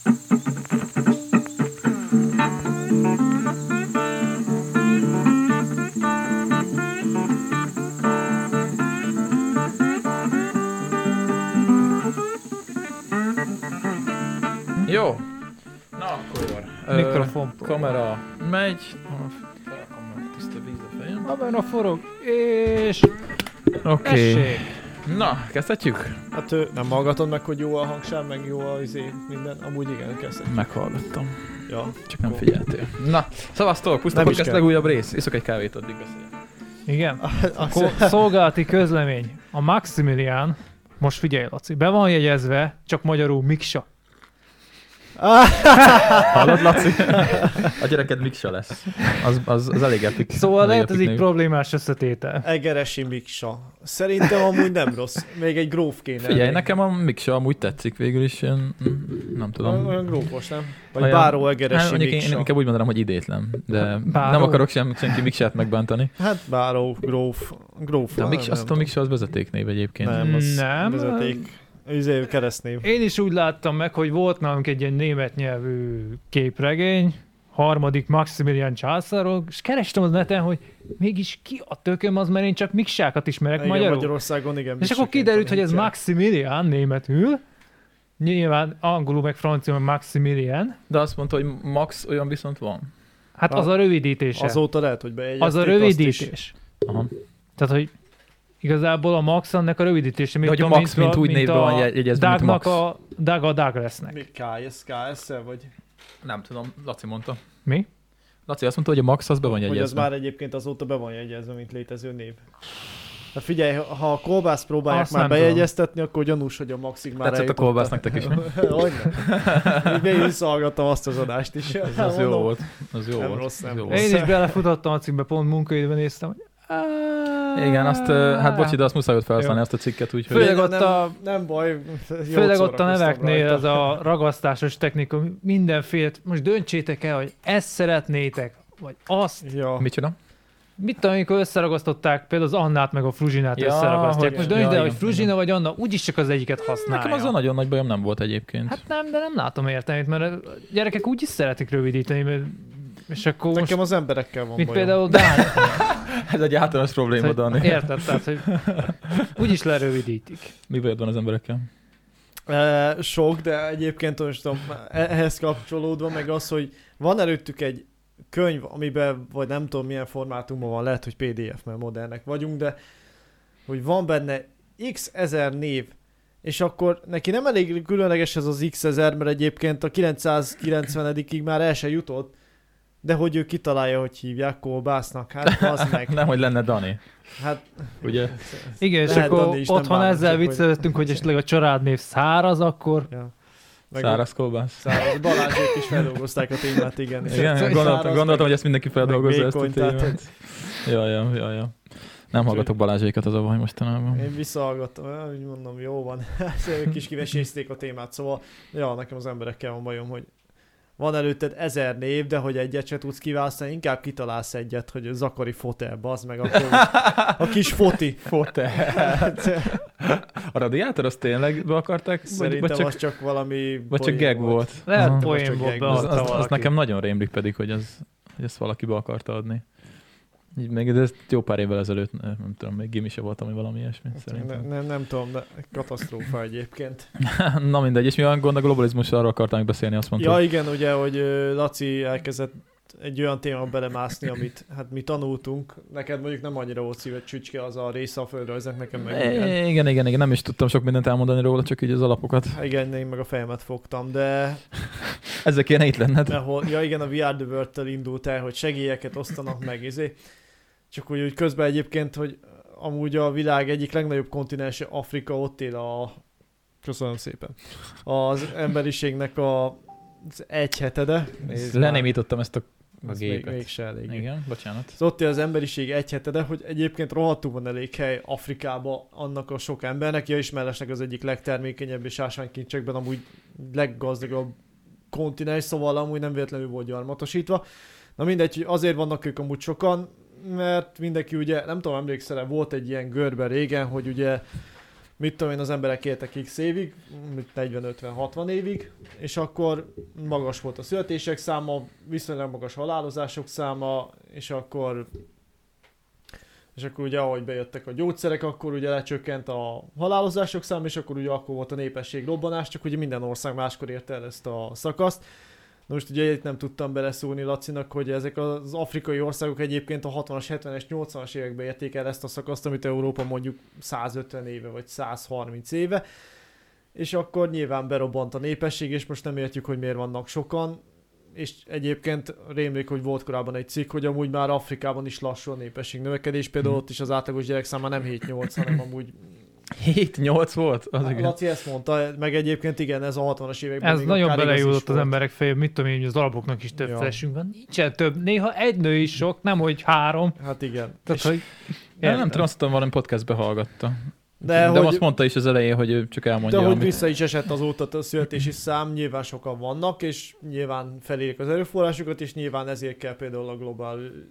Jó. Na akkor. Mikrofon. Kamera megy. Felrakom a tiszta víz a fejem. Kamera forog, és... Oké. Tessék. Na, kezdhetjük? Hát nem hallgatod meg, hogy jó a hangsám, meg jó a minden? Amúgy igen, kezdhetjük. Meghallgattam. Ja. Csak nem figyeltél. Na, szavaztok, Puszta Nem is Podcast kell. legújabb rész. Iszok egy kávét, addig beszéljek. Igen. Akkor szolgálati közlemény. A Maximilian, most figyelj Laci, be van jegyezve, csak magyarul Miksa. Hallod, Laci? A gyereked Miksa lesz. Az elég epik. Szóval elég lehet ez epik így név. problémás összetétel. Egeresi Miksa. Szerintem amúgy nem rossz. Még egy gróf kéne. Figyelj, nekem a Miksa amúgy tetszik végül is, én nem tudom. Olyan grófos, nem? Vagy Olyan- Báró Egeresi mondjuk én Miksa. inkább úgy mondanám, hogy idétlen, de Báró. nem akarok senki Miksát megbántani. Hát Báró, gróf. De a Miksa, azt a Miksa az vezetéknév egyébként. Nem, az Nem. vezeték. Keresztnév. Én is úgy láttam meg, hogy volt nálunk egy ilyen német nyelvű képregény, harmadik Maximilian császárról, és kerestem az neten, hogy mégis ki a tököm az, mert én csak Miksákat ismerek Igen, magyarul. Magyarországon igen. És akkor kiderült, hogy ez Miksa. Maximilian németül, nyilván angolul meg francia Maximilian, De azt mondta, hogy Max olyan viszont van. hát az a rövidítése. Azóta lehet, hogy bejegyezték Az a azt is. rövidítés. Aha. Tehát, hogy igazából a Max annak a rövidítése. De hogy a Max mint úgy névben van jegyezve, mint Dagnak Max. a Dag a Dag lesznek. Mi KS-szel vagy? Nem tudom, Laci mondta. Mi? Laci azt mondta, hogy a Max az be van Hogy az jegyezve. már egyébként azóta be van jegyezve, mint létező név. De figyelj, ha a kolbászt próbálják Azt már nem bejegyeztetni, akkor gyanús, hogy a Maxig már Tetszett a kolbász nektek is, mi? Hogyne? Még visszahallgattam azt az adást is. Az jó volt. Az jó Nem volt. rossz, nem Az jó rossz. volt. Én is belefutottam a cikkbe, pont munkaidőben néztem, hogy Igen, azt, hát bocsi, de azt muszáj ott felhasználni Jó. azt a cikket, úgyhogy... Főleg ott nem baj. főleg ott a neveknél az a ragasztásos technika, mindenféle, most döntsétek el, hogy ezt szeretnétek, vagy azt. Ja. Mit csinál? Mit tudom, amikor összeragasztották, például az Annát meg a Fruzsinát Ja, összeragasztják. hogy- Most döntsd el, ja, hogy igen, Fruzsina vagy Anna, úgyis csak az egyiket használja. Nekem azzal nagyon nagy bajom nem volt egyébként. Hát nem, de nem látom értelmét, mert a gyerekek úgyis szeretik rövidíteni, mert és akkor most, Nekem az emberekkel van mint bajom. például Dán. Ez egy általános probléma, Dani. Érted, tehát, hogy úgyis lerövidítik. Mi bajod van az emberekkel? Sok, de egyébként most tudom, ehhez kapcsolódva meg az, hogy van előttük egy könyv, amiben, vagy nem tudom milyen formátumban van, lehet, hogy PDF, mert modernek vagyunk, de hogy van benne x ezer név, és akkor neki nem elég különleges ez az x ezer, mert egyébként a 990-ig már el se jutott, de hogy ő kitalálja, hogy hívják kolbásznak, hát az meg. Nem, hogy lenne Dani. Hát, Ugye? Igen, és Lehet, akkor Dani is nem otthon bánunk, ezzel csak hogy- viccelődtünk, hogy esetleg a családnév száraz, akkor ja. Meg Száraz kolbász. Száraz. Balázsék is feldolgozták a témát, igen. Igen, Száraz, gondoltam, hogy ezt mindenki feldolgozza ezt a vékony, témát. tehát Ja. Nem hallgatok Balázsékat, az a baj mostanában. én visszahallgattam, úgy mondom, jó van. Ők is kivesézték a témát, szóval ja, nekem az emberekkel van bajom, hogy van előtted 1000 név, de hogy egyet se tudsz kiválasztani, inkább kitalálsz egyet, hogy Zakari Fotel, bazd meg, akkor a kis foti. Fotel. A radiátor azt tényleg be akarták? Szerintem vagy csak, az csak valami vagy csak poén gag volt? lehet Aha. poénból Most csak Az, beadta az valaki. nekem nagyon rémlik pedig, hogy ezt valaki be akarta adni. Így még de ezt jó pár évvel ezelőtt, nem tudom, még gimi se voltam, vagy valami ilyesmi szerintem. Nem tudom, de katasztrófa egyébként. Na mindegy, és mi a gond a globalizmusról, arról akartam beszélni, azt mondtad. Ja igen, ugye, hogy Laci elkezdett egy olyan témába belemászni, amit hát mi tanultunk. Neked mondjuk nem annyira volt szíved csücske az a része a földrajznak, nekem meg igen. Igen, nem is tudtam sok mindent elmondani róla, csak így az alapokat. Igen, én meg a fejemet fogtam, de Ezzel kéne itt lenned. ja igen, a We Are The World-tel indult el, hogy segélyeket osztanak meg, Csak úgy közben egyébként, hogy amúgy a világ egyik legnagyobb kontinense Afrika, ott él köszönöm szépen, az emberiségnek az 1/7. Lenémítottam ezt a Ez gépet. mégse elég. Igen, bocsánat. Az ott él az emberiség 1/7, hogy egyébként rohadtul van elég hely Afrikába annak a sok embernek, ja is mellesleg az egyik legtermékenyebb és ásványkincsekben amúgy leggazdagabb kontinens, szóval amúgy nem véletlenül volt gyarmatosítva. Na mindegy, hogy azért vannak ők amúgy sokan, mert mindenki ugye, nem tudom, emlékszel, volt egy ilyen görbe régen, hogy ugye mit tudom én, az emberek éltek x évig, 40-50-60 évig, és akkor magas volt a születések száma, viszonylag magas halálozások száma, és akkor ugye ahogy bejöttek a gyógyszerek, akkor ugye lecsökkent a halálozások száma, és akkor ugye akkor volt a népesség robbanás, csak ugye minden ország máskor érte el ezt a szakaszt. Na most ugye itt nem tudtam beleszólni Lacinak, hogy ezek az afrikai országok egyébként a 60-as, 70-es, 80-as években érték el ezt a szakaszt, amit Európa mondjuk 150 éve vagy 130 éve, és akkor nyilván berobbant a népesség, és most nem értjük, hogy miért vannak sokan, és egyébként rémlik, hogy volt korábban egy cikk, hogy amúgy már Afrikában is lassú a népesség növekedés, például ott is az átlagos gyerekszáma nem 7-8, hanem amúgy 7-8 volt? Az Laci ezt mondta, meg egyébként igen, ez a 60-as években. Ez nagyon belejutott az emberek fejébe, mit tudom én, hogy az alapoknak is több felesünk van. Nincsen több, néha egy nő is sok, nem hogy 3. Hát igen. Tehát, hogy... Nem tudom, azt valami podcastbe hallgatta. De hogy... azt mondta is az elején, hogy ő csak elmondja. De hogy vissza is esett azóta a születési szám, nyilván sokan vannak, és nyilván felérik az erőforrásokat, és nyilván ezért kell például a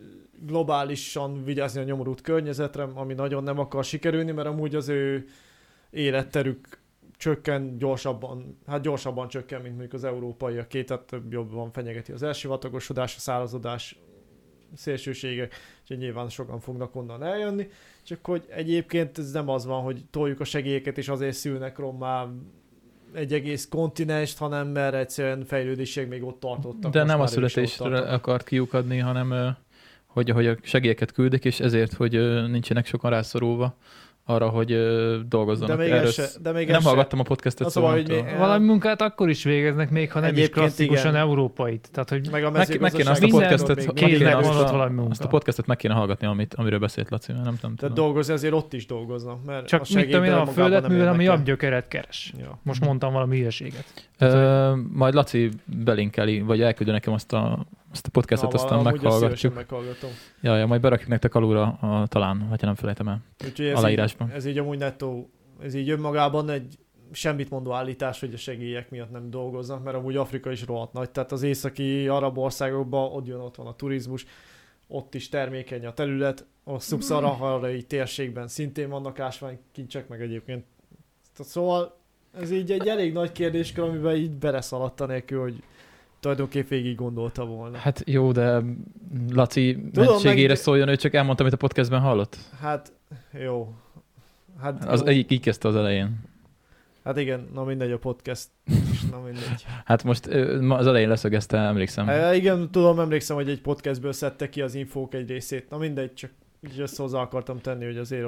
globálisan vigyázni a nyomorult környezetre, ami nagyon nem akar sikerülni, mert amúgy az ő életterük csökken gyorsabban csökken, mint mondjuk az európaiaké, tehát jobban fenyegeti az elsivatagosodás, a szárazodás, szélsőségek, és nyilván sokan fognak onnan eljönni, csak hogy egyébként ez nem az van, hogy toljuk a segélyeket, és azért szülnek rommá egy egész kontinenst, hanem mert egyszerűen fejlődések még ott tartottak. De nem a születésre akart kiukadni, hanem hogy a segélyeket küldik, és ezért, hogy nincsenek sokan rászorulva arra, hogy dolgozzanak. De még nem hallgattam a podcastet, szóval valami munkát akkor is végeznek, még ha nem is klasszikusan európait. Tehát, hogy meg kéne azt a podcastet, azt a podcastet meg kéne hallgatni, amiről beszélt Laci, nem tudom. Tehát dolgozni, azért ott is dolgoznak. Mert csak mit tudom én, a földet művel, ami jobb gyökeret keres. Ja. Most mondtam valami hülyeséget. Majd Laci belinkeli, vagy elküldő nekem azt a podcastet, aztán meghallgatjuk. Ja, majd berakjuk nektek alulra talán, ha nem felejtem el. Aláírásban. Ez így amúgy nettó, ez így önmagában egy semmit mondó állítás, hogy a segélyek miatt nem dolgoznak, mert amúgy Afrika is rohadt nagy. Tehát az északi arab országokban ott van a turizmus, ott is termékeny a terület, a szubszaharai térségben szintén vannak ásványkincsek, meg egyébként. Szóval ez így egy elég nagy kérdéskör, amiben így beleszaladt nélkül, hogy tulajdonképp végig gondolta volna. Hát jó, de Laci mentségére szóljon, ő csak elmondta, amit a podcastben hallott. Hát jó. Hát az így kezdte az elején. Hát igen, na mindegy a podcast. Na mindegy. Hát most az elején leszögezte, emlékszem. Igen, tudom, emlékszem, hogy egy podcastből szedte ki az infók egy részét. Na mindegy, csak így ezt hozzá akartam tenni, hogy azért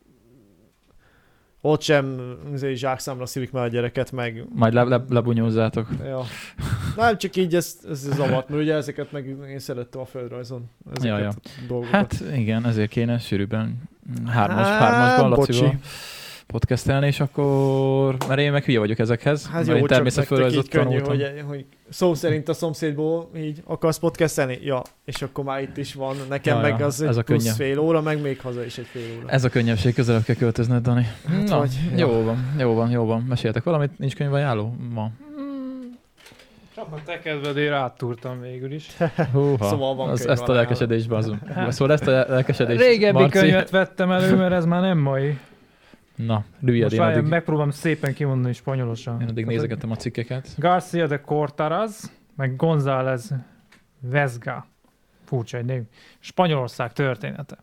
ott sem zsákszámra szívik már a gyereket, meg... Majd lebunyózzátok. Ja. Nem, csak így ez zavart, mert ugye ezeket meg én szerettem a földrajzon. Ezeket a dolgokat. Hát igen, ezért kéne sűrűbben hármasban Lacival podcastelni, és akkor... Mert én meg hülye vagyok ezekhez. Hát jó, csak így könnyű, hogy szó szerint a szomszédból így akarsz podcastelni? Ja, és akkor már itt is van. Nekem meg az egy plusz fél óra, meg még haza is egy fél óra. Ez a könnyebbség, közelebb kell költözned, Dani. Hát na, jó van. Meséltek valamit? Nincs könyvajánló ma? Csak a te kedvedért áttúrtam végül is. Szóval van ezt a lelkesedést bazom. Szóval ezt a lelkesedést, régebbi Marci. Könyvet vettem elő, mert ez már nem mai. Na, lüljed én addig. Megpróbálom szépen kimondani spanyolosan. Én addig nézegettem a cikkeket. García de Cortázar, meg González Vesga. Furcsa egy név. Spanyolország története.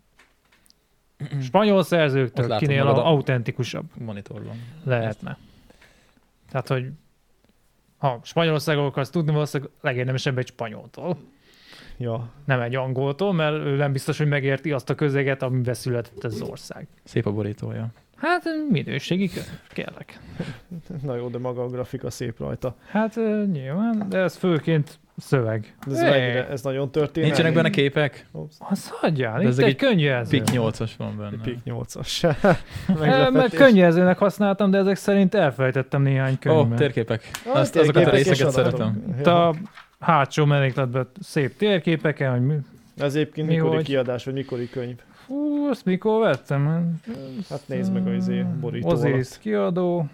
Spanyol szerzőktől kinél autentikusabb monitorban lehetne. Tehát, hogy ha Spanyolországról akarsz tudni, valószínűleg legérdemesebb egy spanyoltól. Ja. Nem egy angoltól, mert ő nem biztos, hogy megérti azt a közeget, amiben született ez az ország. Szép a borítója. Hát minőségi kérlek. Na jó, de maga a grafika szép rajta. Hát nyilván, de ez főként szöveg. Ez nagyon történet. Nincsenek benne képek? Az hagyjál, itt egy könnyűjelző. PIK 8-as van benne. PIK 8-as. Mert könnyűjelzőnek használtam, de ezek szerint elfelejtettem néhány könyvben. Térképek. Azokat a részeket szeretem. A hátsó mellékletben szép térképeken, hogy mi. Ez egyébként mikori kiadás, vagy mikori könyv? Fú, azt mikor vettem? Hát nézd meg az borító Osiris kiadó.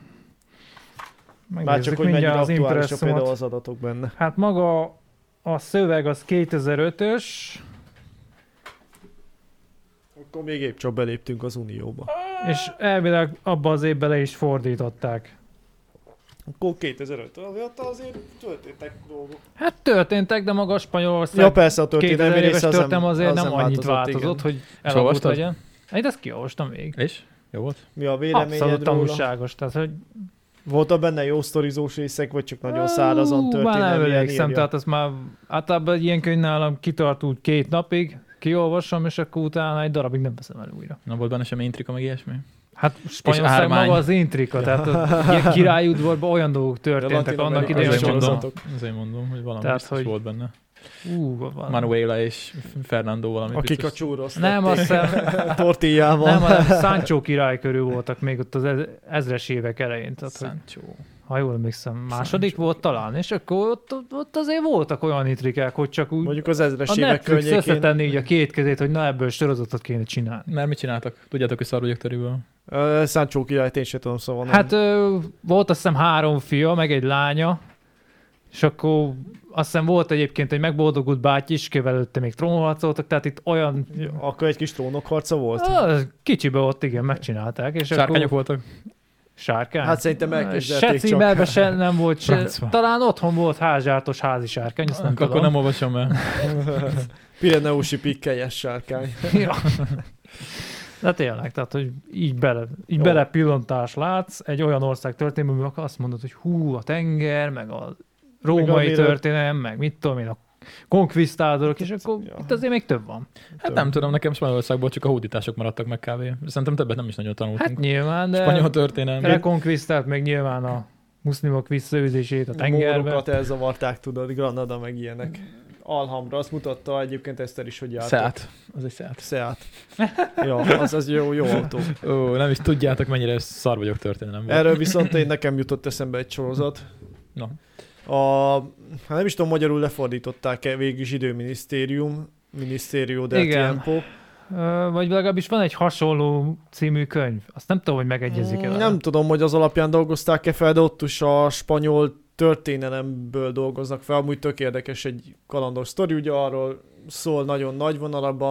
Már csak, hogy mennyire aktuális például az adatok benne. Hát maga a szöveg az 2005-ös. Akkor még épp csak beléptünk az Unióba. És elvileg abban az évben le is fordították. Akkor 2005 azért történtek dolgok. Hát történtek, de maga Spanyolország... Ja persze, a történelmi része azért nem annyit változott, hogy elavult legyen. Én ezt kiolvastam még. És? Jó volt? Mi a véleményed róla? Abszolút tanulságos, tehát hogy... Voltak benne jó sztorizós részek, vagy csak nagyon szárazon történelmi? Már nem emlékszem, tehát az már általában egy ilyen könyv nálam kitart úgy 2 napig, kiolvasom, és akkor utána egy darabig nem veszem el újra. Na volt benne semmi intrika, meg ilyesmi? Hát Spanyolország maga az intrika, tehát a királyudvarban olyan dolgok történtek annak idején. Azért mondom, hogy valami tehát, biztos volt benne. Manuela és Fernando valami. Akik a csúrozt nem, azt hiszem, tortillával. Nem, hanem Sancho király körül voltak még ott az 1000-es évek elején. Tehát, Sancho. Ha jól emlékszem, második volt talán, és akkor ott azért voltak olyan intrikák, hogy csak úgy mondjuk az 1000-es évek Netflix összetenni így a 2 kezét, hogy na ebből sorozatot kéne csinálni. Mert mit csináltak? Tudjátok, hogy szar vagyok törőből? Sancho királyt én sem tudom, szóval hát volt azt hiszem 3 fia, meg egy lánya, és akkor azt hiszem volt egyébként egy megboldogult báty is, kivel előtte még trónharcoltak, tehát itt olyan... Ja, akkor egy kis trónokharca volt? Kicsibe ott igen, megcsinálták. És sárkányok akkor... voltak? Sárkány? Hát szerintem elképzelték csak. Se címerben se nem volt, talán otthon volt házsártos házi sárkány, azt nem tudom. Akkor nem olvasom el. Pireneusi pikkelyes sárkány. Ja. De tényleg, tehát, hogy így bele pillantás látsz egy olyan ország történelmében, akkor azt mondod, hogy hú, a tenger, meg a római történelem, meg mit tudom én, a konkvisztádorok, és akkor itt azért még több van. Hát nem tudom, nekem Spanyolországból csak a hódítások maradtak meg kb. Szerintem többet nem is nagyon tanultunk. Hát nyilván, de spanyol történelem. Rekonkvisztált meg nyilván a muszlimok visszaüzését a tengerbe. Mórokat elzavarták, tudod, Granada meg ilyenek. Alhambra, azt mutatta egyébként Eszter is, hogy jártak. Seat. Az egy Seat. Seat. Ja, az jó autó. Ó, nem is tudjátok, mennyire szar vagyok történelem. Erről viszont nekem jutott eszembe egy sorozat. No. Hát nem is tudom, magyarul lefordították-e végül is Ministério del Tiempo. Vagy legalábbis van egy hasonló című könyv. Azt nem tudom, hogy megegyezik-e. Nem tudom, hogy az alapján dolgozták-e fel, de ott is a spanyol történelemből dolgoznak fel. Amúgy tök érdekes egy kalandos sztori, ugye arról szól nagyon nagy vonalabban,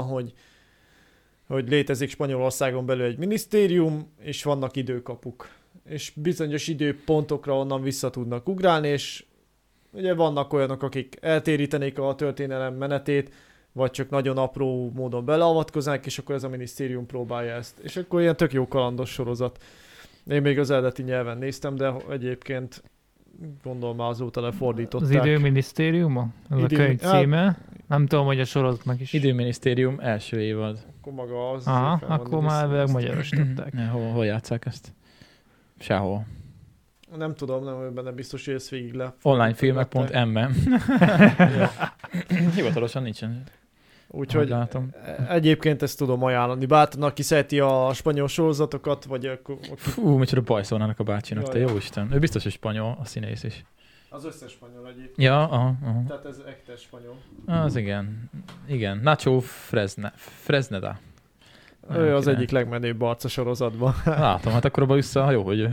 hogy létezik Spanyolországon belül egy minisztérium, és vannak időkapuk. És bizonyos időpontokra onnan vissza tudnak ugrálni, és ugye vannak olyanok, akik eltérítenék a történelem menetét, vagy csak nagyon apró módon beleavatkoznák, és akkor ez a minisztérium próbálja ezt. És akkor ilyen tök jó kalandos sorozat. Én még az eredeti nyelven néztem, de egyébként gondolom már azóta lefordították. Az időminisztériuma? Ez a könyv címe? Nem tudom, hogy a sorozatnak is. Időminisztérium első évad. Akkor maga az. Aha, akkor már magyarosították. Hol játsszák ezt? Sehol. Nem tudom, nem benne biztos, hogy ez végig le. Onlinefilmek.m-ben. Hivatalosan nincsen. Úgyhogy egyébként ezt tudom ajánlani. Bátran, aki szereti a spanyol sorozatokat, vagy akkor... Fú, micsoda baj szólnának a bácsinak, te jó Isten. Ő biztos, hogy spanyol, a színész is. Az összes spanyol egyébként. Ja, aha. Tehát ez ektes spanyol. Az igen. Nacho Fresneda. Ő az egyik legmenőbb arca sorozatban. Látom, hát akkor abban vissza, jó, hogy...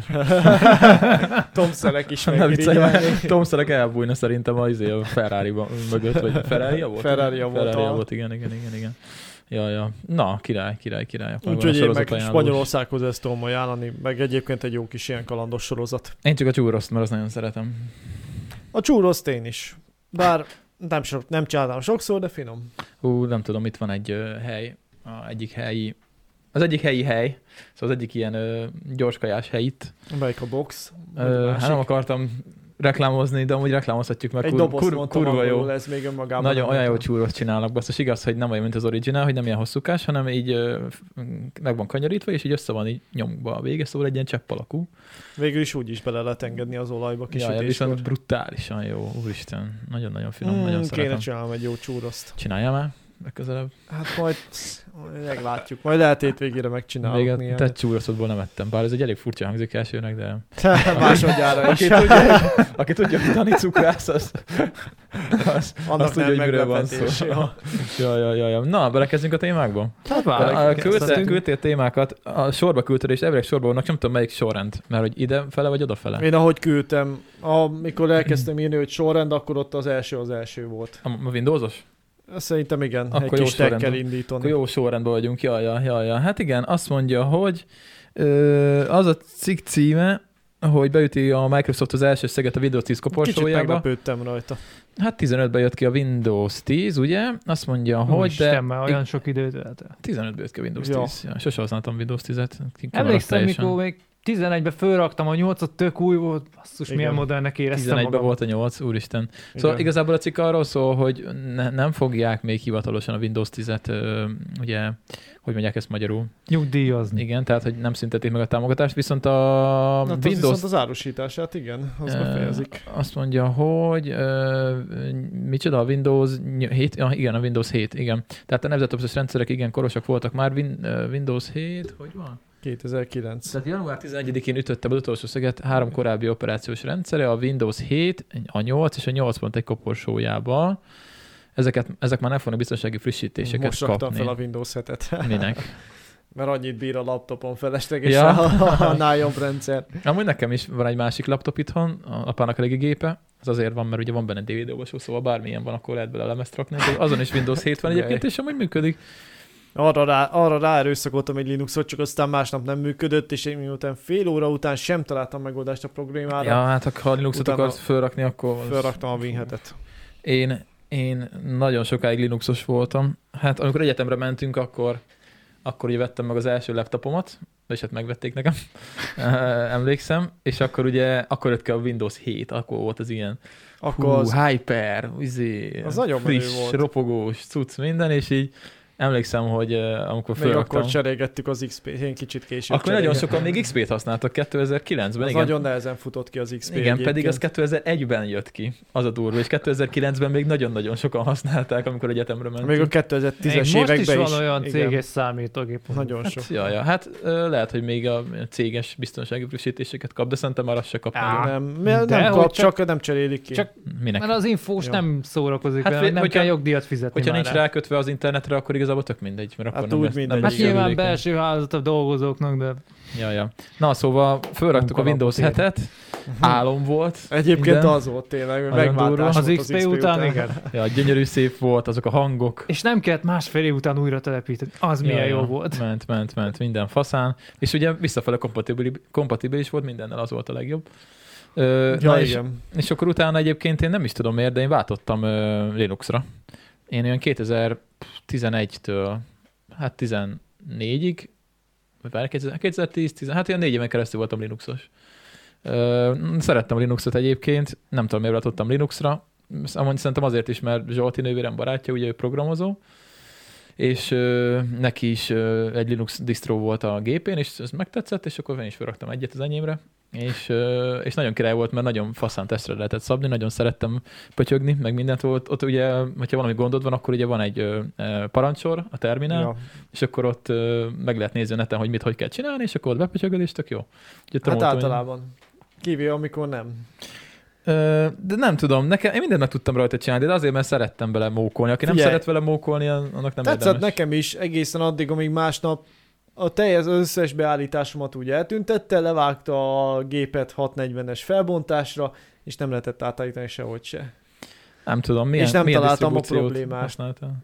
Tom Selleck is megirigyelni. Tom Selleck elbújna szerintem a Ferrari mögött, vagy Ferrari-ja volt? Ferrari-ja volt, igen. Ja. Na, király. Úgyhogy én meg Spanyolországhoz ezt tudom ajánlani, meg egyébként egy jó kis ilyen kalandos sorozat. Én csak a churroszt, mert azt nagyon szeretem. A churroszt én is. Bár nem csináltam sokszor, de finom. Nem tudom, itt van egy hely, az egyik helyi hely, szóval az egyik ilyen gyorskajás hely itt. Melyik a box? Hát nem akartam reklámozni, de amúgy reklámozhatjuk meg. Egy kurva jó. Ez még önmagában. Nagyon olyan jó churrost csinálnak. Basszus, igaz, hogy nem olyan, mint az original, hogy nem ilyen hosszúkás, hanem így meg van kanyarítva, és így össze van így nyomva a vége, szóval egy ilyen csepp alakú. Végül is úgy is bele lehet engedni az olajba kisütéskor. Ja, viszont brutálisan jó. Úristen, nagyon-nagyon finom, nagyon szeretem. Kéne csinálnom egy jó churrost. Csinálja már? Legközelebb. Hát majd meglátjuk. Majd lehet hétvégére megcsinálunk. Még te churrosodból nem ettem, bár ez egy elég furcsa hangzik elsőnek, de... Másodjára is. Aki tudja, hogy Dani cukrász, az tudja, hogy miről van szó. Ja. Na, belekezdünk a témákba? Küldtél témákat, a sorba küldted, és elvileg sorba vannak, nem tudom melyik sorrend, mert hogy ide fele vagy oda fele. Én ahogy küldtem, amikor elkezdtem írni, hogy sorrend, akkor ott az első volt. A Windowsos? Szerintem igen, akkor egy kis tekkel indítani. Akkor jó sorrendben vagyunk, ja. Hát igen, azt mondja, hogy az a cikk címe, hogy beüti a Microsoft az első szeget a Windows 10 koporsójába. Kicsit meglepődtem rajta. Hát 15-ben jött ki a Windows 10, ugye? Azt mondja, hogy Isten, már olyan sok időt eltelt. 15-ben jött ki a Windows 10. Ja, sose használtam Windows 10-et. Emlékszem, mikor még 11-ben fölraktam a 8-at, tök új volt, basszus, milyen modellnek éreztem 11-ben volt a 8, úristen. Igen. Szóval igazából a cikk arról szól, hogy nem fogják még hivatalosan a Windows 10-et, ugye, hogy mondják ezt magyarul? Nyugdíjazni. Igen, tehát, hogy nem szüntetik meg a támogatást, viszont a Windows... viszont az árusítását, igen, azt befejezik. Azt mondja, hogy micsoda a Windows 7? Igen, a Windows 7, igen. Tehát a nemzetopciós rendszerek igen korosak voltak már. Windows 7, hogy van? 2009. Tehát január 11-én ütötte az utolsó szeget 3 korábbi operációs rendszere, a Windows 7, a 8 és a 8.1 koporsójába. Ezek már nem fognak biztonsági frissítéseket kapni. Most raktam fel a Windows 7-et. Minek? Mert annyit bír a laptopon feleslegesen annál jobb rendszer. Amúgy nekem is van egy másik laptop itthon, apának a régi gépe. Ez azért van, mert ugye van benne DVD-olvasó, szóval bármilyen van, akkor lehet bele lemezt rakni. Azon is Windows 7 van egyébként, és amúgy működik. Arra ráerőszakoltam egy Linuxot, csak aztán másnap nem működött, és én miután fél óra után sem találtam megoldást a problémára. Ja, hát ha Linuxot akarsz felrakni, akkor... Felraktam a Win 7-et. Én nagyon sokáig Linuxos voltam. Hát amikor egyetemre mentünk, akkor ugye vettem meg az első laptopomat, és hát megvették nekem, emlékszem, és akkor jött ki a Windows 7, akkor volt az ilyen hyper, az nagyon friss, volt. ropogós, cucc, minden, és így emlékszem, hogy amikor felraktam... Még akkor cserégettük az XP-t, én kicsit később akkor nagyon sokan még XP-t használtak 2009-ben. Az igen. Nagyon nehezen futott ki az XP. Igen, egyébként. Pedig az 2001-ben jött ki, az a durva, és 2009-ben még nagyon-nagyon sokan használták, amikor egyetemre mentünk. Még a 2010-es években is. Most is van olyan céges számítógép. Nagyon sok. Hát lehet, hogy még a céges biztonsági frissítéseket kap, de szerintem már azt se kap. Nem kap, csak nem cserélik ki. Minek? Mert az infós nem szórakozik vele, nem kell jogdíjat fizetni. Hogyha nincs rákötve az internetre, akkor igazából tök mindegy, mert akkor hát nem lesz nyilván belső házat a dolgozóknak, de... Ja. Na, szóval fölraktuk a Windows 7-et, álom volt. Egyébként minden. Az volt tényleg, megváltás az XP után, igen. Ja, gyönyörű szép volt, azok a hangok. És nem kellett másfél év után újra telepíteni. Az milyen jó volt. Ment, minden faszán. És ugye visszafele kompatibilis volt, mindennel az volt a legjobb. És akkor utána egyébként én nem is tudom miért, de én váltottam Linuxra. Én olyan 2011-től, hát 14-ig, vagy 2010, hát ilyen 4 éven keresztül voltam Linuxos. Szerettem Linuxot egyébként, nem tudom miért váltottam Linuxra, szerintem azért is, mert Zsolti nővérem barátja, ugye ő programozó, és neki is egy Linux distro volt a gépén, és ez megtetszett, és akkor én is felraktam egyet az enyémre, és nagyon király volt, mert nagyon faszán testre lehetett szabni, nagyon szerettem pötyögni, meg mindent volt. Ott ugye, hogyha valami gondod van, akkor ugye van egy parancsor, a terminál, és akkor ott meg lehet nézni a neten, hogy hogy kell csinálni, és akkor ott bepötyögöd, és tök jó. Hát általában. Kivéve, amikor nem. De nem tudom, én mindent meg tudtam rajta csinálni, de azért, mert szerettem bele mókolni. Aki nem szeret vele mókolni, annak nem tetszett érdemes. Nekem is egészen addig, amíg másnap az összes beállításomat úgy eltüntette, levágta a gépet 640-es felbontásra, és nem lehetett átállítani sehogy se. Nem tudom, és nem milyen találtam a problémást.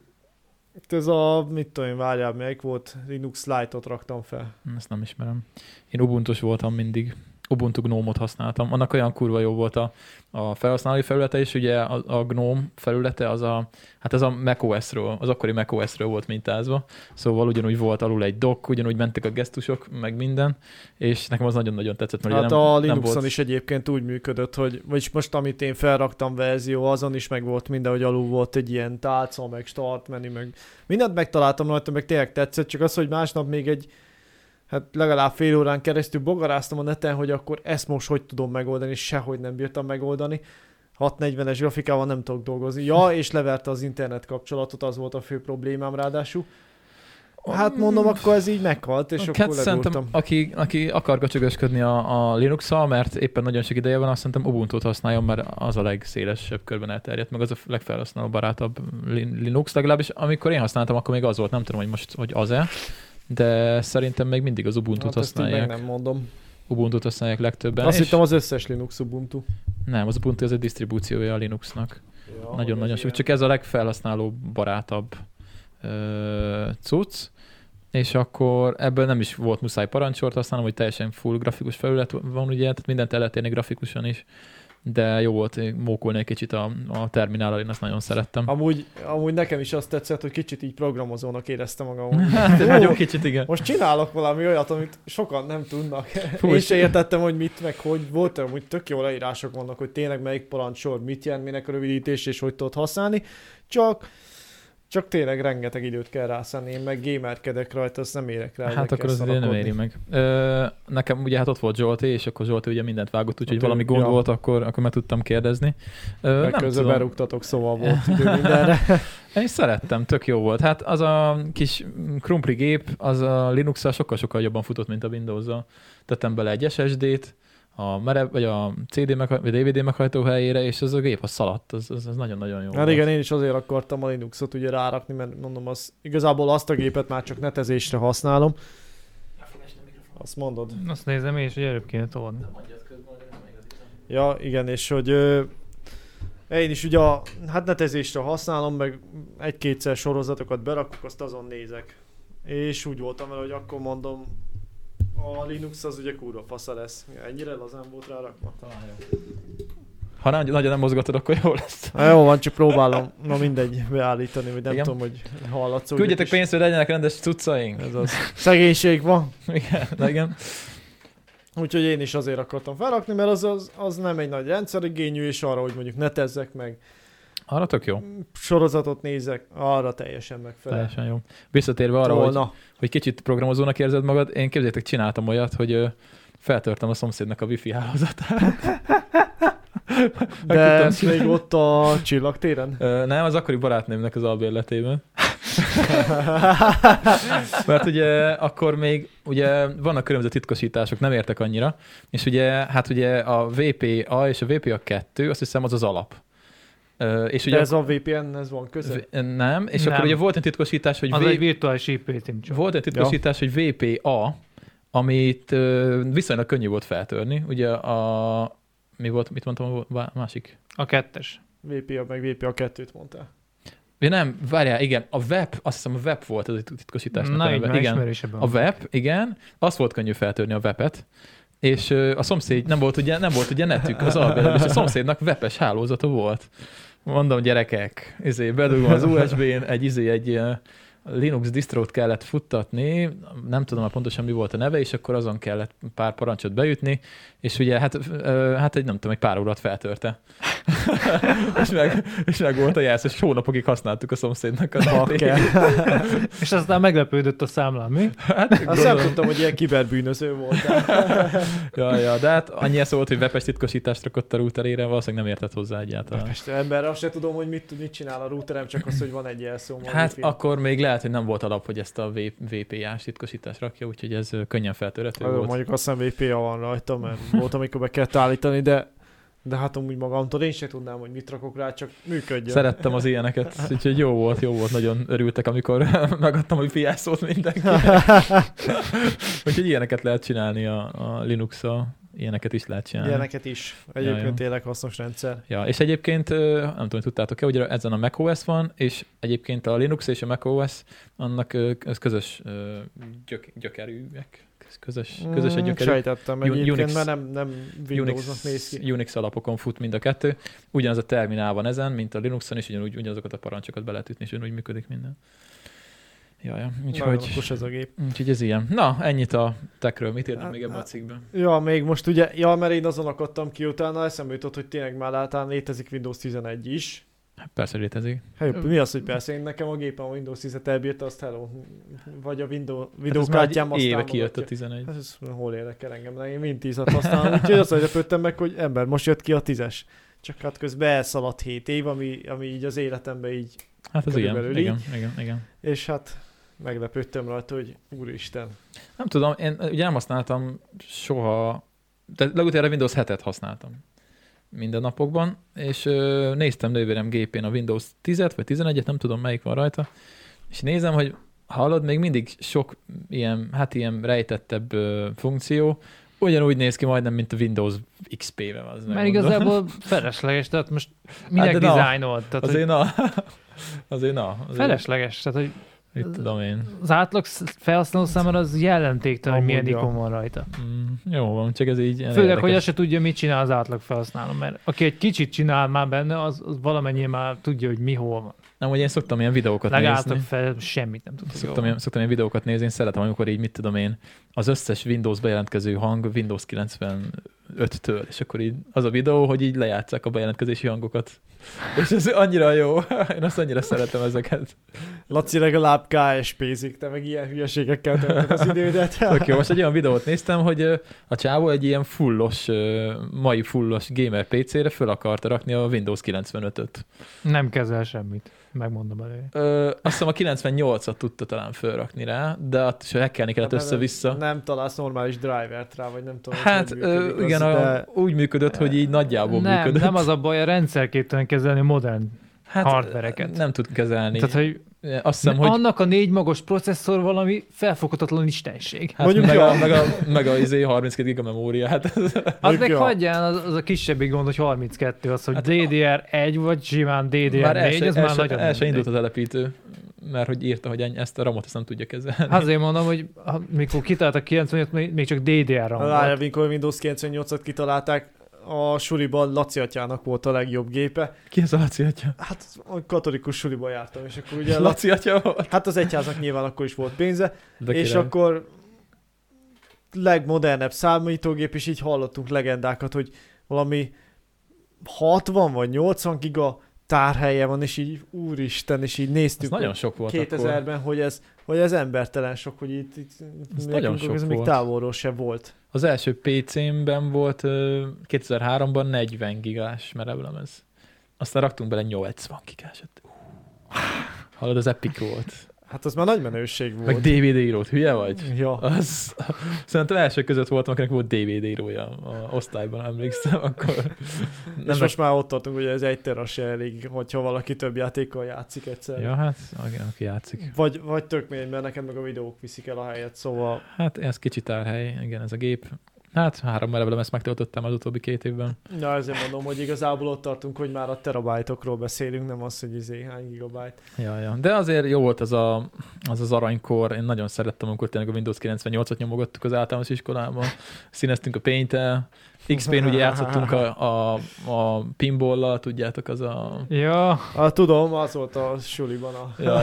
Ez a, mit tudom én, várjál, melyik volt, Linux Lite-ot raktam fel. Ezt nem ismerem. Én Ubuntu-s voltam mindig. Ubuntu Gnome-ot használtam. Annak olyan kurva jó volt a felhasználói felülete, és ugye a Gnome felülete az a macOS-ről, az akkori macOS-ről volt mintázva. Szóval ugyanúgy volt alul egy dock, ugyanúgy mentek a gesztusok, meg minden, és nekem az nagyon-nagyon tetszett. Mert hát a Linuxon is egyébként úgy működött, hogy vagyis most amit én felraktam verzió, azon is meg volt minden, hogy alul volt egy ilyen tálca, meg start menü, meg mindent megtaláltam rajta, meg tényleg tetszett, csak az, hogy másnap még hát legalább fél órán keresztül bogaráztam a neten, hogy akkor ezt most hogy tudom megoldani, és sehogy nem bírtam megoldani. 640-es grafikával nem tudok dolgozni. Ja, és leverte az internet kapcsolatot, az volt a fő problémám ráadásul. Hát mondom, akkor ez így meghalt, és akkor ledúltam. Aki akar gacsögösködni a Linux-szal, mert éppen nagyon sok ideje van, azt szerintem Ubuntu-t használjon, mert az a legszélesebb körben elterjedt, meg az a legfelhasználó barátabb Linux, legalábbis amikor én használtam, akkor még az volt, nem tudom, hogy most hogy az-e. De szerintem még mindig az Ubuntu-t használják. Meg nem mondom. Ubuntu-t használják legtöbben. Azt hittem az összes Linux Ubuntu. Nem, az Ubuntu az egy disztribúciója a Linuxnak. Ja, nagyon-nagyon sok. Csak ez a legfelhasználó barátabb cucc. És akkor ebből nem is volt muszáj parancsort használnom, hogy teljesen full grafikus felület van, ugye, tehát mindent el lehet érni grafikusan is, de jó volt mókolni egy kicsit a terminállal, én azt nagyon szerettem. Amúgy nekem is azt tetszett, hogy kicsit így programozónak éreztem magam. Hát, nagyon kicsit, igen. Most csinálok valami olyat, amit sokan nem tudnak. Én se értettem, hogy mit, meg hogy volt, hogy tök jó leírások vannak, hogy tényleg melyik parancsor mit jelent, minek a rövidítés, és hogy tudod használni. Csak tényleg rengeteg időt kell rászállni, én meg gamerkedek rajta, azt nem érek rá. Hát akkor az nem éri meg. Nekem ugye hát ott volt Zsolti, és akkor Zsolti ugye mindent vágott, úgyhogy valami gond volt, akkor meg tudtam kérdezni. Nem közben berúgtatok, szóval volt idő mindenre. Én is szerettem, tök jó volt. Hát az a kis krumpli gép, az a Linux-szal sokkal jobban futott, mint a Windows-zal. Tettem bele egy SSD-t, vagy a CD vagy DVD meghajtó helyére, és az a gép az szaladt, az nagyon-nagyon jó. Hát igen, én is azért akartam a Linuxot ugye rárakni, mert mondom, igazából azt a gépet már csak netezésre használom. Azt mondod. Azt nézem én is, hogy előbb kéne tolni. Ja, igen, és hogy én is ugye hát netezésre használom, meg egy-kétszer sorozatokat berakok, azt azon nézek. És úgy voltam vele, hogy akkor mondom, a Linux az ugye kurva fasza lesz. Ennyire lazán volt rárakva. Ha nagyon nem mozgatod, akkor jó lesz. Jó van, csak próbálom. Na mindegy, beállítani, hogy nem tudom, hogy hallatszódjak. Küldjetek pénzt, hogy legyenek rendes cuccaink. Ez az. Szegénység van. Igen. Úgyhogy én is azért akartam felrakni, mert az nem egy nagy rendszerigényű, és arra, hogy mondjuk netezzek meg. Arra tök jó. Sorozatot nézek, arra teljesen megfelel. Teljesen jó. Visszatérve arra, hogy kicsit programozónak érzed magad, én képzeljétek, csináltam olyat, hogy feltörtem a szomszédnak a wifi hálózatát. De ez még ott a Csillagtéren? Nem, az akkori barátnőmnek az albérletében. Mert ugye akkor még ugye vannak különböző titkosítások, nem értek annyira, és ugye hát ugye a VPA és a VPA2, azt hiszem az alap. És ugye ez a VPN, ez van közel? Nem, és akkor ugye volt egy titkosítás, hogy... Az egy virtuális IP címcsor. Volt egy titkosítás, hogy VPA, amit viszonylag könnyű volt feltörni. Ugye mit mondtam a másik? A 2-es. VPA meg VPA2-t mondtál. Ja nem, várjál, igen, a web, azt hiszem a web volt az egy titkosításnak a neve. Igen, a web, igen, azt volt könnyű feltörni a webet, és a szomszéd nem volt ugye netük az albérletben, és a szomszédnak webes hálózata volt. Mondom, gyerekek, bedugom az USB-n egy Linux distrót kellett futtatni, nem tudom már pontosan mi volt a neve, és akkor azon kellett pár parancsot beütni, és ugye hát egy nem tudom, egy pár órát feltörte. és meg volt a jelsz, és hónapokig használtuk a szomszédnak a bakker. És aztán meglepődött a számlán, mi? Hát azt nem tudtam, hogy ilyen kiberbűnöző volt. ja, de hát annyi szó volt, hogy webes titkosítást rakott a routerére, valószínűleg nem értett hozzá egyáltalán. Webes emberre azt se tudom, hogy mit csinál a routerem, csak az, hogy van egy jelszó. Hát akkor még lehet, hogy nem volt alap, hogy ezt a VPA-s titkosítást rakja, úgyhogy ez könnyen feltörhető volt. Mondjuk azt hiszem VPA van rajta, mert volt, amikor be kellett állítani, de hát amúgy magamtól én sem tudnám, hogy mit rakok rá, csak működjön. Szerettem az ilyeneket, úgyhogy jó volt, nagyon örültek, amikor megadtam a VPA szót mindenki. Úgyhogy ilyeneket lehet csinálni a Linux-szal. Ilyeneket is lehet csinálni. Ilyeneket is. Egyébként tényleg hasznos rendszer. Ja, és egyébként, nem tudom, hogy tudtátok-e, hogy ezen a macOS van, és egyébként a Linux és a macOS, annak ez közös gyökerűek. Közös egy gyökerű. Sejtettem egyébként, mert nem Windowsnak néz ki. Unix alapokon fut mind a kettő. Ugyanaz a terminál van ezen, mint a Linuxon, és ugyanazokat a parancsokat be lehet ütni, és ugyanúgy működik minden. Ja. Úgyhogy ez a gép. Úgyhogy ez ilyen. Na, ennyit a techről. Mit értem még ebben a cikkben? Ja, még most ugye, mert én azon akadtam ki, utána eszembe jutott, hogy tényleg már általán létezik Windows 11 is. Persze létezik. Hát, mi az, hogy persze? Én nekem a gépem a Windows 10-et elbírta, azt hello. Vagy a videókártyám azt éve kijött a 11. Hát ez hol érdekel engem? Én mind 10-et használom. Úgyhogy azt lepődtem meg, hogy ember, most jött ki a 10-es. Csak hát közben elszaladt 7 év, ami így az életemben így hát ez igen. És hát meglepődtem rajta, hogy úristen. Nem tudom, én ugye nem használtam soha, de legutóbb a Windows 7-et használtam minden napokban, és néztem nővérem gépén a Windows 10-et, vagy 11-et, nem tudom melyik van rajta, és nézem, hogy hallod, még mindig sok ilyen rejtettebb funkció, ugyanúgy néz ki majdnem, mint a Windows XP-ben. Mert igazából felesleges, tehát most minek dizájnolt? Azért felesleges, tehát hogy mit tudom én. Az átlag felhasználó számára az jelentéktelen, hogy milyen ikon van rajta. Jó van, csak ez így főleg, érdekes. Hogy azt se tudja, mit csinál az átlag felhasználó, mert aki egy kicsit csinál már benne, az valamennyien már tudja, hogy mi hol van. Nem, hogy én szoktam ilyen videókat nézni. Fel semmit nem tudok. Szoktam ilyen videókat nézni, én szeretem, amikor így, mit tudom én, az összes Windows bejelentkező hang Windows 95-től, és akkor így az a videó, hogy így lejátsszák a bejelentkezési hangokat. És ez annyira jó. Én azt annyira szeretem ezeket. Laci legalább KSP-zik, te meg ilyen hülyeségekkel töltöd az idődet. Oké, most egy olyan videót néztem, hogy a csávó egy ilyen mai fullos gamer PC-re föl akarta rakni a Windows 95-öt. Nem kezel semmit. Megmondom előre. Azt hiszem a 98-at tudta talán fölrakni rá, de ott is hackelni kellett össze-vissza. Nem találsz normális drivert rá, vagy nem tudom. Hát igen, úgy működött, hogy így nagyjából működött. Nem az a baj, a rendszer képtelen kezelni modern hardvereket. Nem tud kezelni. Tehát, hogy azt hiszem, hogy... Annak a 4 magos processzor valami felfoghatatlan istenség. Hát meg a 32 giga memória. Hát az meg hagyján, az a kisebbik gond, hogy 32, az, hogy hát DDR1 vagy simán DDR4, ez már nagyon... El se indult a telepítő, mert hogy írta, hogy ezt a RAM-ot nem tudja kezelni. Azért mondom, hogy mikor kitaláltak 98, még csak DDR RAM volt. Amikor Windows 98-at kitalálták, a suliban Laci atyának volt a legjobb gépe. Ki az a Laci atya? Hát katolikus suliban jártam, és akkor ugye... Laci atya volt? Hát az egyháznak nyilván akkor is volt pénze, és akkor legmodernebb számítógép, és így hallottunk legendákat, hogy valami 60 vagy 80 giga tárhelye van, és így úristen, és így néztük. Ez nagyon sok volt 2000-ben, hogy ez embertelen sok, hogy itt nagyon sok ez még távolról se volt. Az első PC-mben volt 2003-ban 40 gigás merevlemez. Aztán raktunk bele 80 gigásat. Hallod, az epic volt. Hát az már nagy menőség volt. Meg DVD írót, hülye vagy? Ja. Szerintem első között voltam, akinek volt DVD írója a osztályban, emlékszem, akkor... És most már ott tartunk, hogy ez 1 tera se elég, hogyha valaki több játékkal játszik egyszer. Ja, hát aki játszik. Vagy tök mély, mert neked meg a videók viszik el a helyet, szóval... Hát ez kicsit árhely, igen, ez a gép. Hát 3 merevlemezt megtöltöttem az utóbbi 2 évben. Ja, ezért mondom, hogy igazából ott tartunk, hogy már a terabájtokról beszélünk, nem az, hogy hány gigabyte. Ja. De azért jó volt az aranykor, én nagyon szerettem, amikor tényleg a Windows 98-at nyomogattuk az általános iskolában. Színeztünk a Paint-el, XP-n ugye játszottunk a pinball-lal, tudjátok, az a... Ja. Tudom, az volt a suliban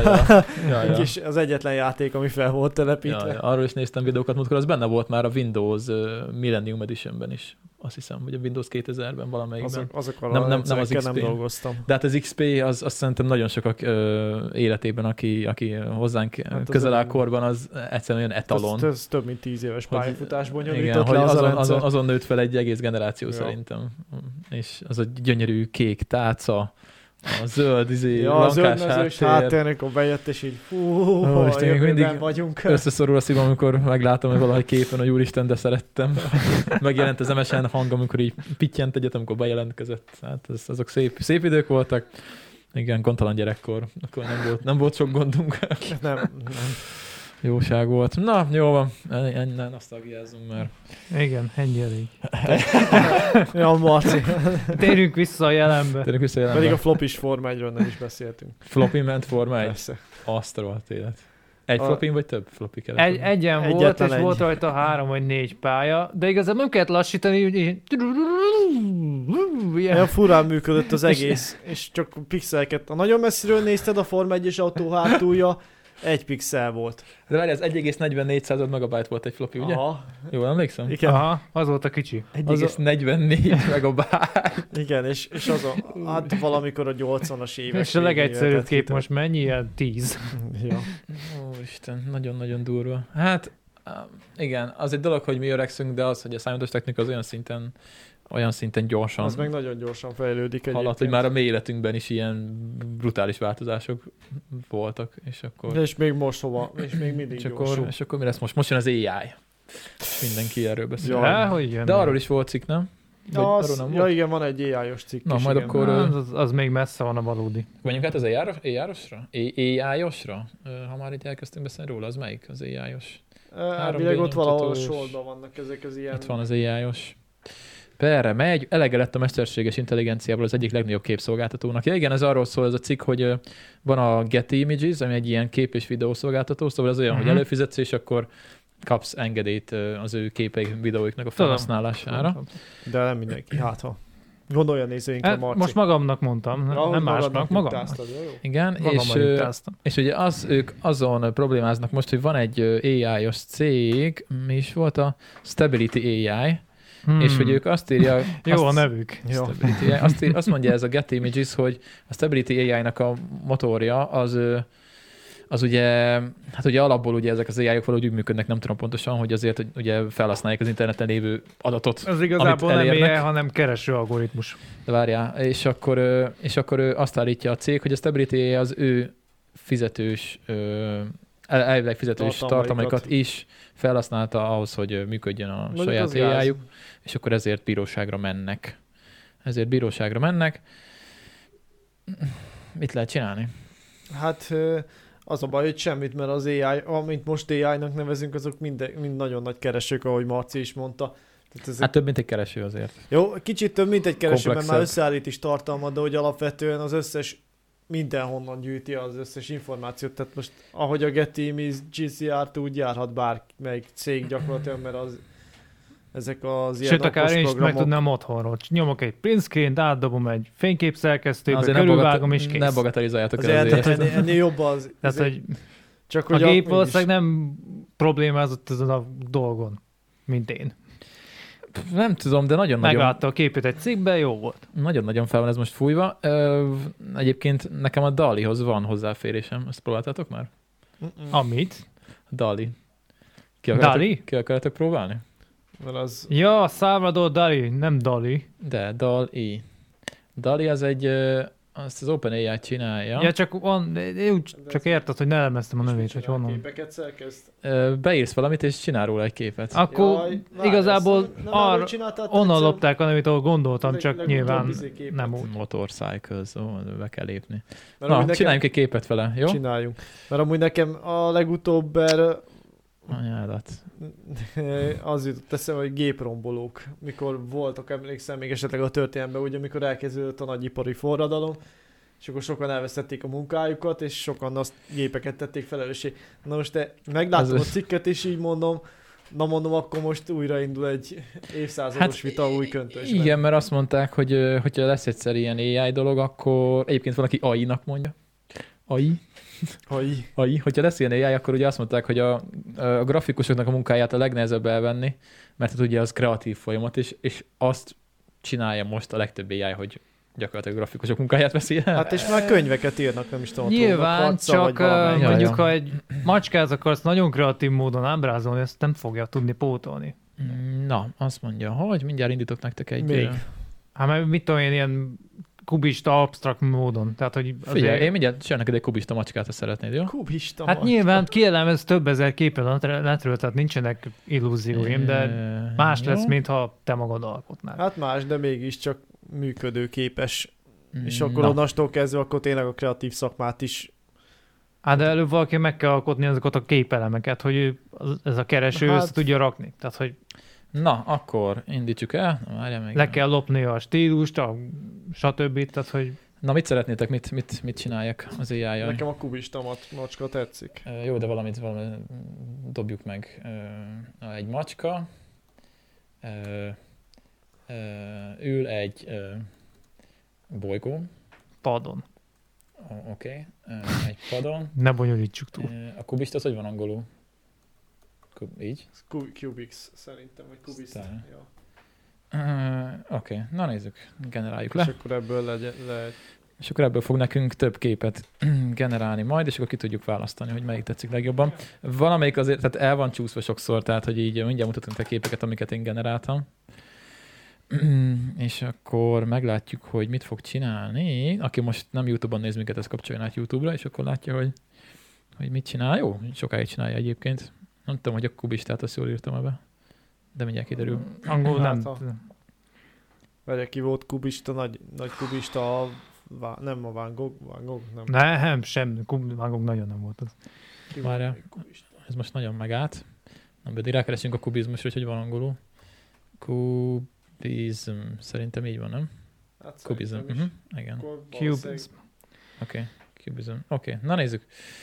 Kis, az egyetlen játék, ami fel volt telepítve. Ja. Arról is néztem videókat, múltkor az benne volt már a Windows Millennium Editionben is. Azt hiszem, hogy a Windows 2000-ben valamelyikben. Azokkal nem az XP. Nem dolgoztam. De hát az XP, az szerintem nagyon sokak életében, aki hozzánk közel áll korban, az egyszerűen olyan etalon. Ez több mint 10 éves pályafutásban nyomított le azon nőtt fel egy egész generáció szerintem. És az a gyönyörű kék tálca, a zöld lankás háttér, amikor bejött, és így mindig vagyunk. Összeszorul a szívom, amikor meglátom, hogy valahogy képen, hogy úristen, de szerettem. Megjelent az MSN hang, amikor így pittyent egyet, amikor bejelentkezett. Hát azok szép idők voltak. Igen, gondtalan gyerekkor. Akkor nem volt sok gondunk. Nem. Jóság volt. Na, jó van. Ne nosztalgiázzunk már. Igen, ennyi elég. Ja, Marci. Térjünk vissza a jelenbe. Pedig a flopis Forma 1-ről nem is beszéltünk. Floppy ment Forma 1? Persze. Azt a rohadt élet. Egy flopin vagy több floppy kellett? Egyen volt, és volt rajta 3 vagy 4 pálya, de igazából nem kellett lassítani, hogy ilyen furán működött az egész, és csak pixeleket. Ha nagyon messziről nézted, a Forma 1-es autó hátulja 1 pixel volt. De várj, ez 1,44 megabyte volt egy floppy, ugye? Aha. Jól emlékszem? Igen. Aha, az volt a kicsi. 1,44 megabyte. Igen, és hát valamikor a 80-as évek. És a legegyszerűbb kép most mennyi? Ilyen 10. Ja. Ó, Isten, nagyon-nagyon durva. Hát igen, az egy dolog, hogy mi öregszünk, de az, hogy a számítástechnika az olyan szinten gyorsan. Az meg nagyon gyorsan fejlődik egyébként. Hogy már a mi életünkben is ilyen brutális változások voltak, és akkor... De és még most hova? És még mindig és akkor mi lesz most? Most jön az AI. Mindenki erről beszél. Ja, hogy jön. De arról is volt cikk, nem? Ja, igen, van egy AI-os cikk. Na, majd igen. akkor... Az még messze van a valódi. Menjünk át az AI-osra? AI-osra? Ha már itt elkezdtünk beszélni róla, az melyik az AI-os? Elvileg ott valahol sorban vannak ezek az ilyen... Itt van az AI-os. Perre megy, elege lett a mesterséges intelligenciából az egyik legnagyobb képszolgáltatónak. Ja igen, ez arról szól ez a cikk, hogy van a Getty Images, ami egy ilyen kép- és videószolgáltató, szóval az olyan, hogy előfizetsz, és akkor kapsz engedélyt az ő képeik, videóiknak a felhasználására. De nem mindenki, hát ha. Gondolja nézőinkre, Marci. Most magamnak mondtam, nem másnak, magamnak. Igen, és ugye ők azon problémáznak most, hogy van egy AI-os cég, mi is volt a Stability AI, és hogy ők azt írja... Jó a nevük. Azt mondja ez a Getty Images, hogy a Stability AI-nak a motorja az ugye, hát ugye alapból ugye ezek az AI-ok valahogy úgy működnek, nem tudom pontosan, hogy azért hogy ugye felhasználják az interneten lévő adatot, az igazából nem AI, hanem kereső algoritmus. De várjál, és akkor azt állítja a cég, hogy a Stability AI az ő fizetős, elvileg fizetős tartalmaikat is felhasználta ahhoz, hogy működjön a saját AI-juk, és akkor ezért bíróságra mennek. Mit lehet csinálni? Hát az a baj, hogy semmit, mert az AI, amit most AI-nak nevezünk, azok mind nagyon nagy keresők, ahogy Marci is mondta. Ezek... Hát több, mint egy kereső azért. Jó, kicsit több, mint egy kereső, mert már összeállít is tartalmat, de hogy alapvetően az összes mindenhonnan gyűjti az összes információt. Tehát most, ahogy a Getty Images járt, úgy járhat bármelyik cég gyakorlatilag, mert ezek az ilyen okos akár én is meg tudnám otthonról. Nyomok egy print screen-t, átdobom egy fényképszerkesztőbe, körülvágom és kész. Ne bagatelizáljátok azért. Ennél jobb az. Tehát, hogy csak a gép valószínűleg nem problémázott ezen a dolgon, mint én. Nem tudom, de nagyon-nagyon... Meglátta a képét egy cikkben, jó volt. Nagyon-nagyon fel van ez most fújva. Egyébként nekem a DALL-hoz van hozzáférésem. Ezt próbáltátok már? Amit? DALL-i. Ki akarjátok próbálni? Az... Ja, Salvador Dali, nem Dali. De, DALL-i. DALL-i az egy... Azt az OpenAI csinálja. Ja, csak érted, hogy ne elemeztem a nevét, hogy honnan. Képeket szerkeszt? Beírsz valamit, és csinál róla egy képet. Akkor igazából onnan lopták a nevét, ahol gondoltam, csak nyilván nem úgy. Motorcycles, be kell lépni. Csináljunk egy képet vele, jó? Csináljunk. Mert amúgy nekem a legutóbb anyádat. Az jutott eszembe, hogy géprombolók, mikor voltak, emlékszem még esetleg a történelemben, ugye, amikor elkezdődött a nagyipari forradalom, és akkor sokan elvesztették a munkájukat, és sokan azt gépeket tették felelőssé. Na most te megláttam a cikket, és így mondom, akkor most újraindul egy évszázados vita új köntösben. Igen, mert azt mondták, hogy hogyha lesz egyszer ilyen AI dolog, akkor egyébként van, aki AI-nak mondja. AI. Hogyha lesz ilyen AI, akkor ugye azt mondták, hogy a grafikusoknak a munkáját a legnehezebb elvenni, mert hát ugye az kreatív folyamat, és azt csinálja most a legtöbb AI, hogy gyakorlatilag a grafikusok munkáját veszi el. Hát és már könyveket írnak, nem is tudom. Nyilván, csak mondjuk, ha egy macskát akarsz nagyon kreatív módon ábrázolni, ezt nem fogja tudni pótolni. Na, azt mondja, hogy mindjárt indítok nektek egy... Még. Hát mert mit tudom én, ilyen kubista, absztrakt módon. Tehát, hogy azért... Figyelj, én mindjárt csinálok neked egy kubista macskát, ha szeretnéd, jó? Kubista hát macska. Nyilván kielemez több ezer képet a netről, tehát nincsenek illúzióim, de más lesz, mintha te magad alkotnál. Hát más, de mégiscsak működőképes. És akkor onnastól kezdve, akkor tényleg a kreatív szakmát is... Hát de előbb valaki meg kell alkotni azokat a képelemeket, hogy ez a kereső össze tudja rakni. Tehát, hogy... Na, akkor indítsuk el. Várjál meg. Le kell lopni a stílust, stb. Tehát, hogy... Na, mit szeretnétek, mit csináljak az AI-jal? Nekem a kubista macska tetszik. Jó, de valamit dobjuk meg. Egy macska ül egy bolygó. Padon. Oké. Egy padon. Ne bonyolítsuk túl. A kubista az hogy van angolul? Így? Cubics szerintem, vagy kubista. Oké, na nézzük, generáljuk le. És akkor ebből És akkor ebből fog nekünk több képet generálni majd, és akkor ki tudjuk választani, hogy melyik tetszik legjobban. Valamelyik azért, tehát el van csúszva sokszor, tehát hogy így mindjárt mutatunk te képeket, amiket én generáltam. És akkor meglátjuk, hogy mit fog csinálni. Aki most nem YouTube-on néz minket, ez kapcsoljon át YouTube-ra, és akkor látja, hogy mit csinál. Jó, sokáig csinálja egyébként. Nem tudom, hogy a kubistát azt jól írtam ebbe. De mindjárt kiderül. Angol nem. Várj, ki volt kubista, nagy kubista, nem a Van Gogh, nem. Nem, sem, Van Gogh nagyon nem volt az. Várjál, ez most nagyon megállt. Nem, pedig rákeresünk a kubizmusra, hogy van angolul. Kubizm, szerintem így van, nem? Hát kubizm, igen. Cubism. Oké, kubizm. Oké, na nézzük.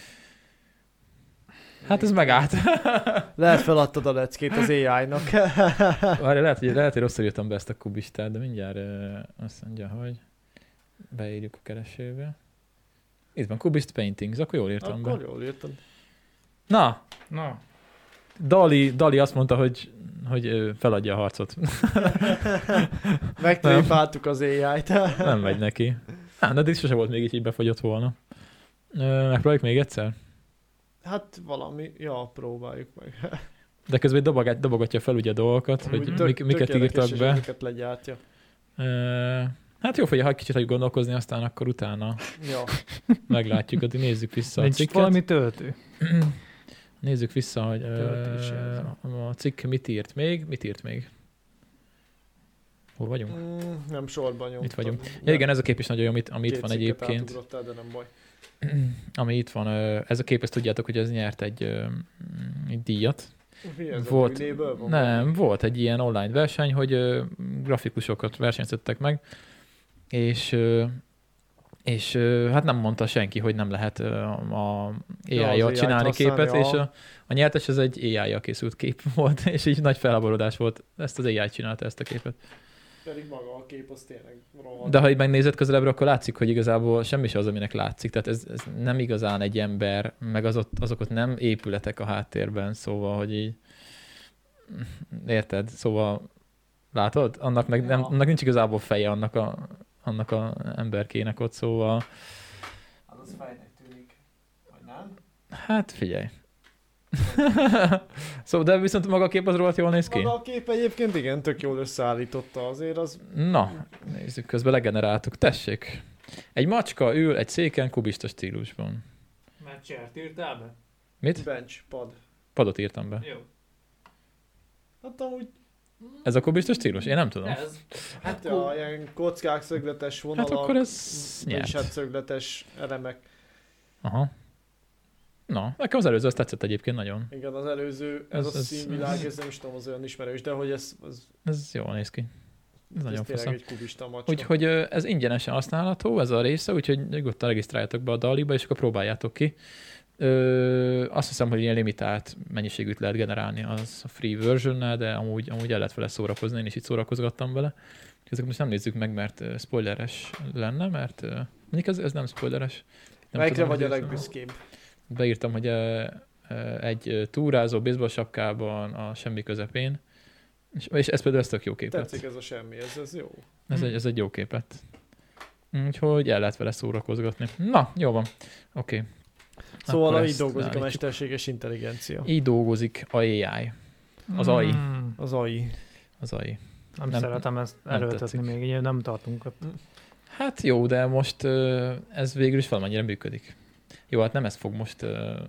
Hát ez megállt. Lehet feladtad a leckét az AI-nak. Várj, lehet, hogy rosszul írtam be ezt a kubistát, de mindjárt azt mondja, hogy beírjuk a keresőbe. Itt van, Cubist Paintings, akkor jól írtam be. Akkor jól írtad. Na. Dali azt mondta, hogy feladja a harcot. Megtrépáltuk az AI-t. Nem megy neki. De ez sose volt még így befagyott volna. Megpróbáljuk még egyszer? Hát valami, próbáljuk meg. De közben dobogatja fel ugye a dolgokat, hogy miket írtak be. Miket legyártja. Hát jó, hogy kicsit hagyjuk gondolkozni, aztán akkor utána meglátjuk, addig nézzük vissza a cikket. Nincs valami töltő. Nézzük vissza, hogy a cikk mit írt még. Hol vagyunk? Nem sorban nyomtam. Itt vagyunk. Ja, igen, ez a kép is nagyon jó, ami itt van egyébként. De nem baj. Ami itt van, ez a kép, ezt tudjátok, hogy ez nyert egy díjat. Volt egy ilyen online verseny, hogy grafikusokat versenyeztettek meg, és hát nem mondta senki, hogy nem lehet a AI-jal csinálni képet, és a nyertes ez egy AI-jal készült kép volt, és így nagy felháborodás volt, ezt az AI csinálta ezt a képet. Pedig maga a kép az tényleg rohadt. De ha így megnézed közelebbről, akkor látszik, hogy igazából semmi se az, aminek látszik. Tehát ez nem igazán egy ember, meg azok ott nem épületek a háttérben, szóval, hogy így érted? Szóval látod? Annak nincs igazából feje annak a emberkének ott, szóval... Az fejnek tűnik, vagy nem? Hát figyelj. Szóval, de viszont maga a kép az rohadt jól néz ki. Maga a kép egyébként igen, tök jól összeállította azért az... Na, nézzük, közben legeneráltuk. Tessék. Egy macska ül egy széken kubista stílusban. Mert csert írtál be? Mit? Bench, pad. Padot írtam be. Jó. Hát amúgy... Ez a kubista stílus? Én nem tudom. Ez. Hát ilyen kockák, szögletes vonalak. Hát akkor ez nyert. És hát szögletes elemek. Aha. Na, nekem az előző az tetszett egyébként nagyon. Igen, az előző, ez a színvilág, ez nem is tudom, az olyan ismerős, de hogy ez... Ez jól néz ki. Ez nagyon tényleg faszom. egy kubista macska. Úgyhogy ez ingyenesen használható, ez a része, úgyhogy nyugodtan regisztráljátok be a DALL-ba, és akkor próbáljátok ki. Azt hiszem, hogy ilyen limitált mennyiségűt lehet generálni az a free version-nel, de amúgy el lehet vele szórakozni, én is itt szórakozgattam vele. Ezeket most nem nézzük meg, mert spoileres lenne, mert mondjuk ez nem spoileres. Melyikre vagy a legbüszkébb? Beírtam, hogy egy túrázó baseball sapkában a semmi közepén, és ez például ez tök jó képet. Tetszik ez a semmi, ez jó. Ez egy jó képet. Úgyhogy el lehet vele szórakozgatni. Na, jó van. Oké. Szóval így dolgozik a mesterséges intelligencia. Így dolgozik a AI. Az AI. Az AI. Az AI. Nem szeretem ezt erőltetni még, így nem tartunk. Hát jó, de most ez végül is valamennyire működik. Jó, hát nem ez fog most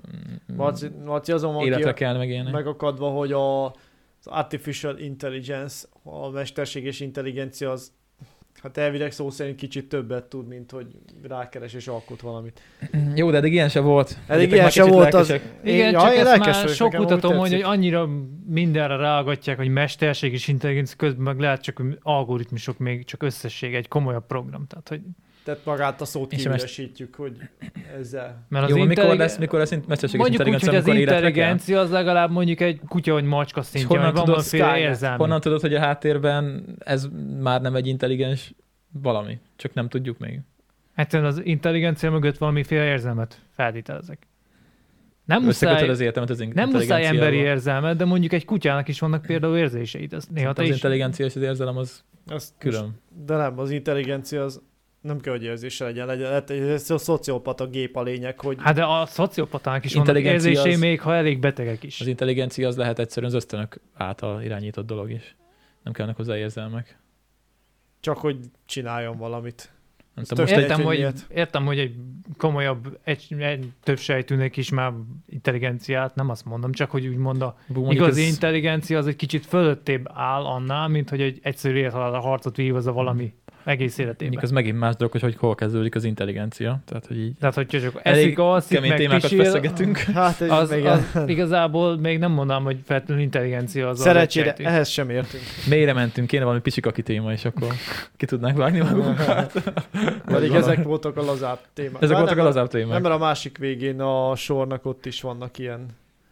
Marci azon életre kell meg ilyenek. Megakadva, hogy az artificial intelligence, a mesterséges intelligencia az hát elvileg szó szerint kicsit többet tud, mint hogy rákeres és alkot valamit. Jó, de eddig ilyen se volt. Eddig ilyen se volt az... Igen, csak ezt már sok kutató mondja, hogy annyira mindenre ráagatják, hogy mesterséges intelligencia, közben meg lehet csak algoritmusok, még csak összesség, egy komolyabb program. Tehát magát a szót kiüresítjük, hogy ezzel... Mert az jó, mikor lesz mesterséges intelligencia, mondjuk úgy, hogy az intelligencia az legalább mondjuk egy kutya vagy macska szintje, hogy van valamiféle érzelmi. Honnan tudod, hogy a háttérben ez már nem egy intelligens valami? Csak nem tudjuk még. Egyszerűen az intelligencia mögött valamiféle érzelmet feltételezek. Nem muszáj emberi érzelmet, de mondjuk egy kutyának is vannak például érzéseit. Az intelligencia és az érzelem az külön. De nem, az intelligencia az nem kell, hogy érzése legyen egy szociopata gép a lényeg, hogy... Hát de a szociopatának is vannak érzései, még ha elég betegek is. Az intelligencia az lehet egyszerűen az ösztönök által irányított dolog is. Nem kellnek hozzá érzelmek. Csak hogy csináljon valamit. Értem, hogy egy komolyabb, egy több sejtűnek is már intelligenciát, nem azt mondom, csak hogy úgymond a igazi intelligencia az egy kicsit fölöttébb áll annál, mint hogy egy egyszerű élethalálra harcot vívozza valami egész életében. Az megint más dolog, hogy hol kezdődik az intelligencia. Tehát, hogy csak eszik, alszik, meg témákat feszegetünk. Hát az igazából még nem mondanám, hogy feltétlenül intelligencia az. Szerencsére ehhez sem értünk. Mélyre mentünk, kéne valami picsikaki téma, és akkor ki tudnánk vágni magunkat. Pedig ezek voltak a lazább témák. Ezek voltak a lazább témák. Nem, mert a másik végén a sornak ott is vannak ilyen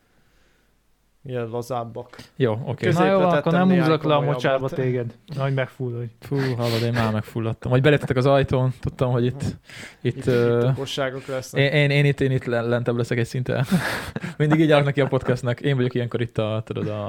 lazábbak. Jó, oké. Na jó, akkor nem húzzak le a mocsárba téged. Nagy megfulladj. Fú, hallod, én már megfulladtam. Vagy beléptetek az ajtón, tudtam, hogy itt okosságok lesznek. Én itt lentebb leszek egy szinten. Mindig így állok neki a podcastnak. Én vagyok ilyenkor itt a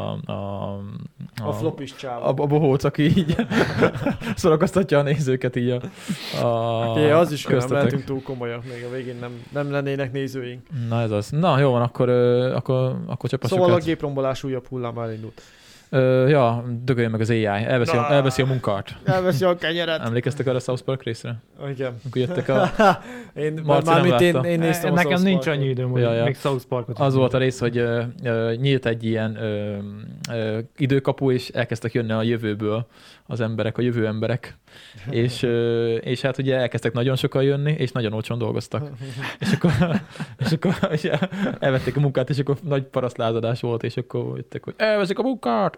flopis csáva. A bohóc, aki így szórakoztatja a nézőket így az is nem lehetünk túl komolyak, még a végén nem lennének nézőink. Na ez az. Na jó van, akkor csapassuk. Szóval a géprombolás újabb hullám elindult. Ja, dögöljön meg az AI. Elveszi a munkát. Elveszi a kenyeret. Emlékeztek arra a South Park részre? Igen. Akkor jöttek a... Én néztem nekem nincs annyi időm, hogy még South Parkot. Az volt a rész, hogy nyílt egy ilyen időkapu, és elkezdtek jönni a jövőből az emberek, a jövő emberek. És hát ugye elkezdtek nagyon sokan jönni, és nagyon olcsón dolgoztak. és akkor elvették a munkát, és akkor nagy parasztlázadás volt, és akkor jöttek, hogy elveszik a munkát!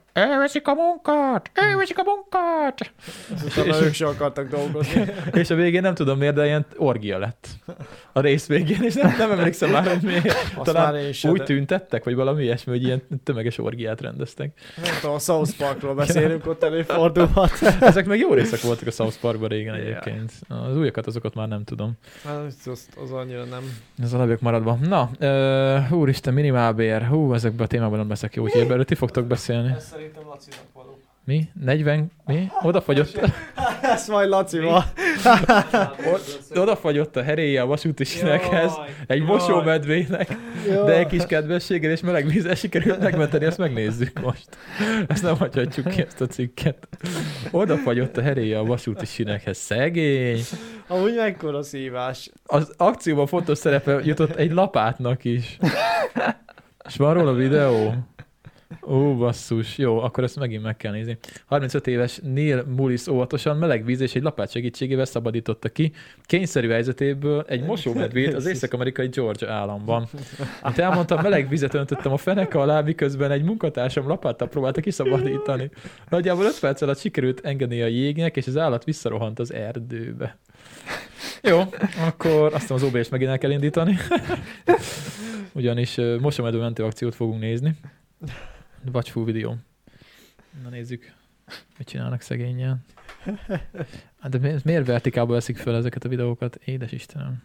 És ők se akartak dolgozni. És a végén nem tudom miért, de ilyen orgia lett a rész végén, és nem emlékszem már, hogy miért. Talán úgy tüntettek, vagy valami ilyesmi, hogy ilyen tömeges orgiát rendeztek. Nem tudom, a South Parkról beszélünk, ott előfordulhat. Ezek meg jó részek voltak a South Parkban régen egyébként. Az újakat, azokat már nem tudom. Az annyira nem. Ez a levők maradva. Na, úristen, minimálbér. Ezekben a témában nem leszek jó, úgyhogy ebből ti fogtok beszélni. Ez szerintem Lacinak való. Mi? 40? Mi? Odafagyott? Ez majd Lacival. Odafagyott a heréje a vasúti sinekhez, egy mosómedvének, de egy kis kedvességgel és meleg vízzel sikerült megmenteni, ezt megnézzük most. Ezt nem hagyhatjuk ki, ezt a cikket. Odafagyott a heréje a vasúti sinekhez, szegény. Amúgy mekkora szívás. Az akcióban fontos szerepe jutott egy lapátnak is. És van róla videó? Ó, basszus. Jó, akkor ezt megint meg kell nézni. 35 éves Neil Mullis óvatosan meleg víz és egy lapát segítségével szabadította ki kényszerű helyzetéből egy mosómedvét az észak-amerikai Georgia államban. Mint elmondtam, meleg vizet öntöttem a feneke alá, miközben egy munkatársam lapáttal próbálta kiszabadítani. Nagyjából 5 perc alatt sikerült engedni a jégnek, és az állat visszarohant az erdőbe. Jó, akkor azt az OBS-t megint el kell indítani. Ugyanis mosómedve mentő akciót fogunk nézni. Vagy full videó. Na nézzük, mit csinálnak szegényen. De miért vertikálba veszik föl ezeket a videókat? Édes Istenem.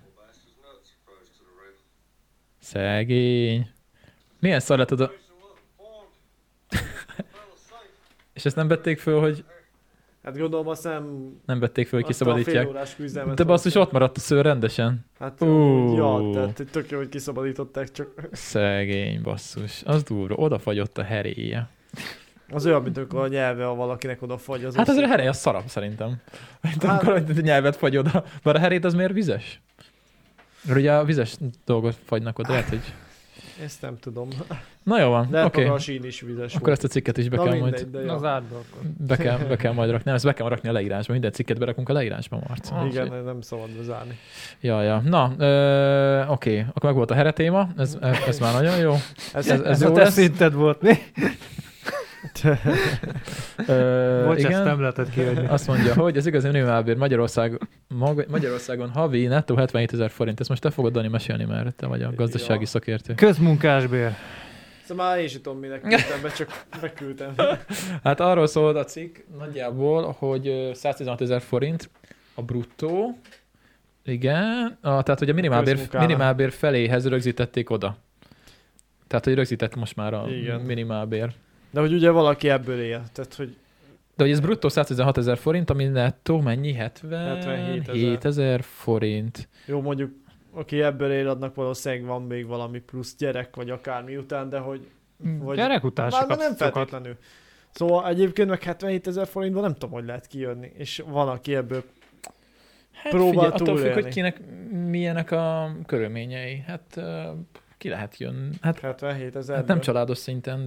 Szegény. Milyen szar lett oda? És ezt nem vették föl, hogy... Hát gondolom azt nem vették föl, hogy kiszabadítják. De basszus, ott maradt a szőr rendesen. Hát tehát tök jó, hogy kiszabadították, csak... Szegény basszus. Az durva. Odafagyott a heréje. Az olyan, mint amikor a nyelve a valakinek odafagy. Hát azért a herély az szarabb szerintem. Amikor a nyelvet fagy oda. Bár a herét az miért vizes? Mert ugye a vizes dolgot fagynak oda, lehet, hogy... Ezt nem tudom. Na jó van, oké. A sín is vizes akkor ezt a cikket is be kell majd... Az átba akkor. Be kell majd rakni. Nem, ezt be kell rakni a leírásba. Minden cikket berakunk a leírásba, Marci. Igen, nem szabad bezárni. Ja. Na, oké. Akkor meg volt a here téma. Ez már nagyon jó. Ez jó lesz. Szinted volt, mi? Bocs, ezt nem lehetett kiadni. Azt mondja, hogy az igazi minimálbér Magyarországon havi nettó 77 000 forint. Ezt most te fogod, Dani, mesélni, mert te vagy a gazdasági szakértő. Közmunkásbér. Szóval már én sem tudom, minek küldtem be, csak beküldtem. Hát arról szól a cikk nagyjából, hogy 116 000 forint a bruttó. Igen. Tehát, hogy a minimálbér feléhez rögzítették oda. Tehát, hogy rögzített most már a minimálbér. De hogy ugye valaki ebből él, tehát hogy... De hogy ez bruttó 116 000 forint, ami nettó mennyi? 77 000 forint. Jó, mondjuk, aki ebből él, adnak valószínűleg van még valami plusz gyerek, vagy akármi után, de hogy... Vagy gyerek után se kapsz nem feltétlenül. Szóval egyébként meg 77 000 forintban nem tudom, hogy lehet kijönni, és van, aki ebből... próbál attól függ, hogy túlélni. kinek milyenek a körülményei. Hát ki lehet jönni. Hát 77 000. hát nem családos szinten,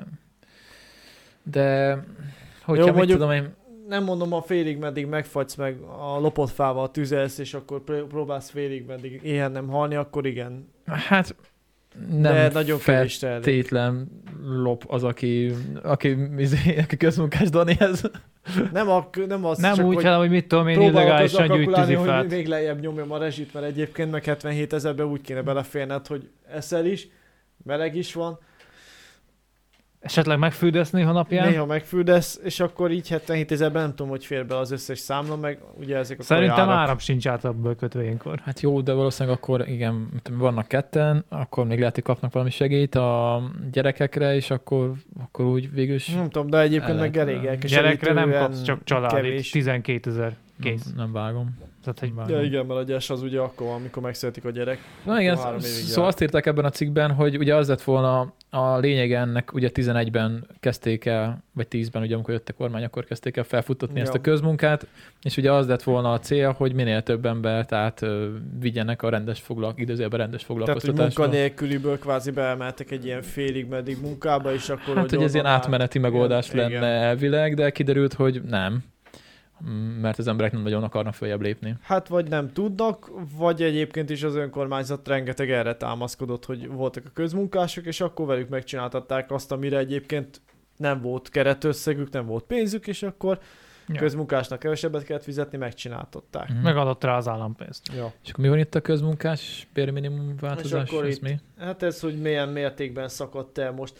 de hogyha jó, mit tudom én... Nem mondom, ha félig meddig megfagysz meg a lopott fával tüzelsz, és akkor próbálsz félig meddig éhen nem halni, akkor igen. Hát nem de nagyon feltétlen lop az, aki közmunkás Danihez. Nem az, nem csak, úgy, hanem, hogy mit tudom én, illegálisan gyűjt tűzifát. Hogy még lejjebb nyomjam a rezsit, mert egyébként meg 77 000-be úgy kéne beleférned, hogy eszel is, meleg is van. Esetleg megfürdesz néha napján? Néha megfürdesz, és akkor így 77 000-ben nem tudom, hogy fér be az összes számla, meg ugye ezek a Szerintem áram sincs át kötve ilyenkor. Hát jó, de valószínűleg akkor igen, vannak ketten, akkor még lehet, hogy kapnak valami segélyt a gyerekekre, és akkor úgy végül is... Nem tudom, de egyébként meg elég gyerekre nem kapsz, csak család, 12 000 kész. Nem vágom. Ja igen, mert a gyes az ugye akkor van, amikor megszületik a gyerek. Na igen, szóval azt írták ebben a cikkben, hogy ugye az lett volna a lényege ennek, ugye 11-ben kezdték el, vagy 10-ben, ugye amikor jött a kormány, akkor kezdték el felfuttatni ezt a közmunkát, és ugye az lett volna a cél, hogy minél több embert vigyenek a rendes foglalkoztatásba. Tehát, hogy munkanélküliből kvázi beemeltek egy ilyen félig meddig munkába, és akkor... Hát, hogy ez ilyen átmeneti megoldás lenne elvileg, de kiderült, hogy nem. Mert az emberek nem nagyon akarnak följebb lépni. Hát vagy nem tudnak, vagy egyébként is az önkormányzat rengeteg erre támaszkodott, hogy voltak a közmunkások, és akkor velük megcsináltatták azt, amire egyébként nem volt keretösszegük, nem volt pénzük, és akkor közmunkásnak kevesebbet kellett fizetni, megcsináltatták. Megadott rá az állampénzt. Ja. És akkor mi van itt a közmunkás bérminimum változás? És akkor ez mi? Hát ez, hogy milyen mértékben szakadt el most.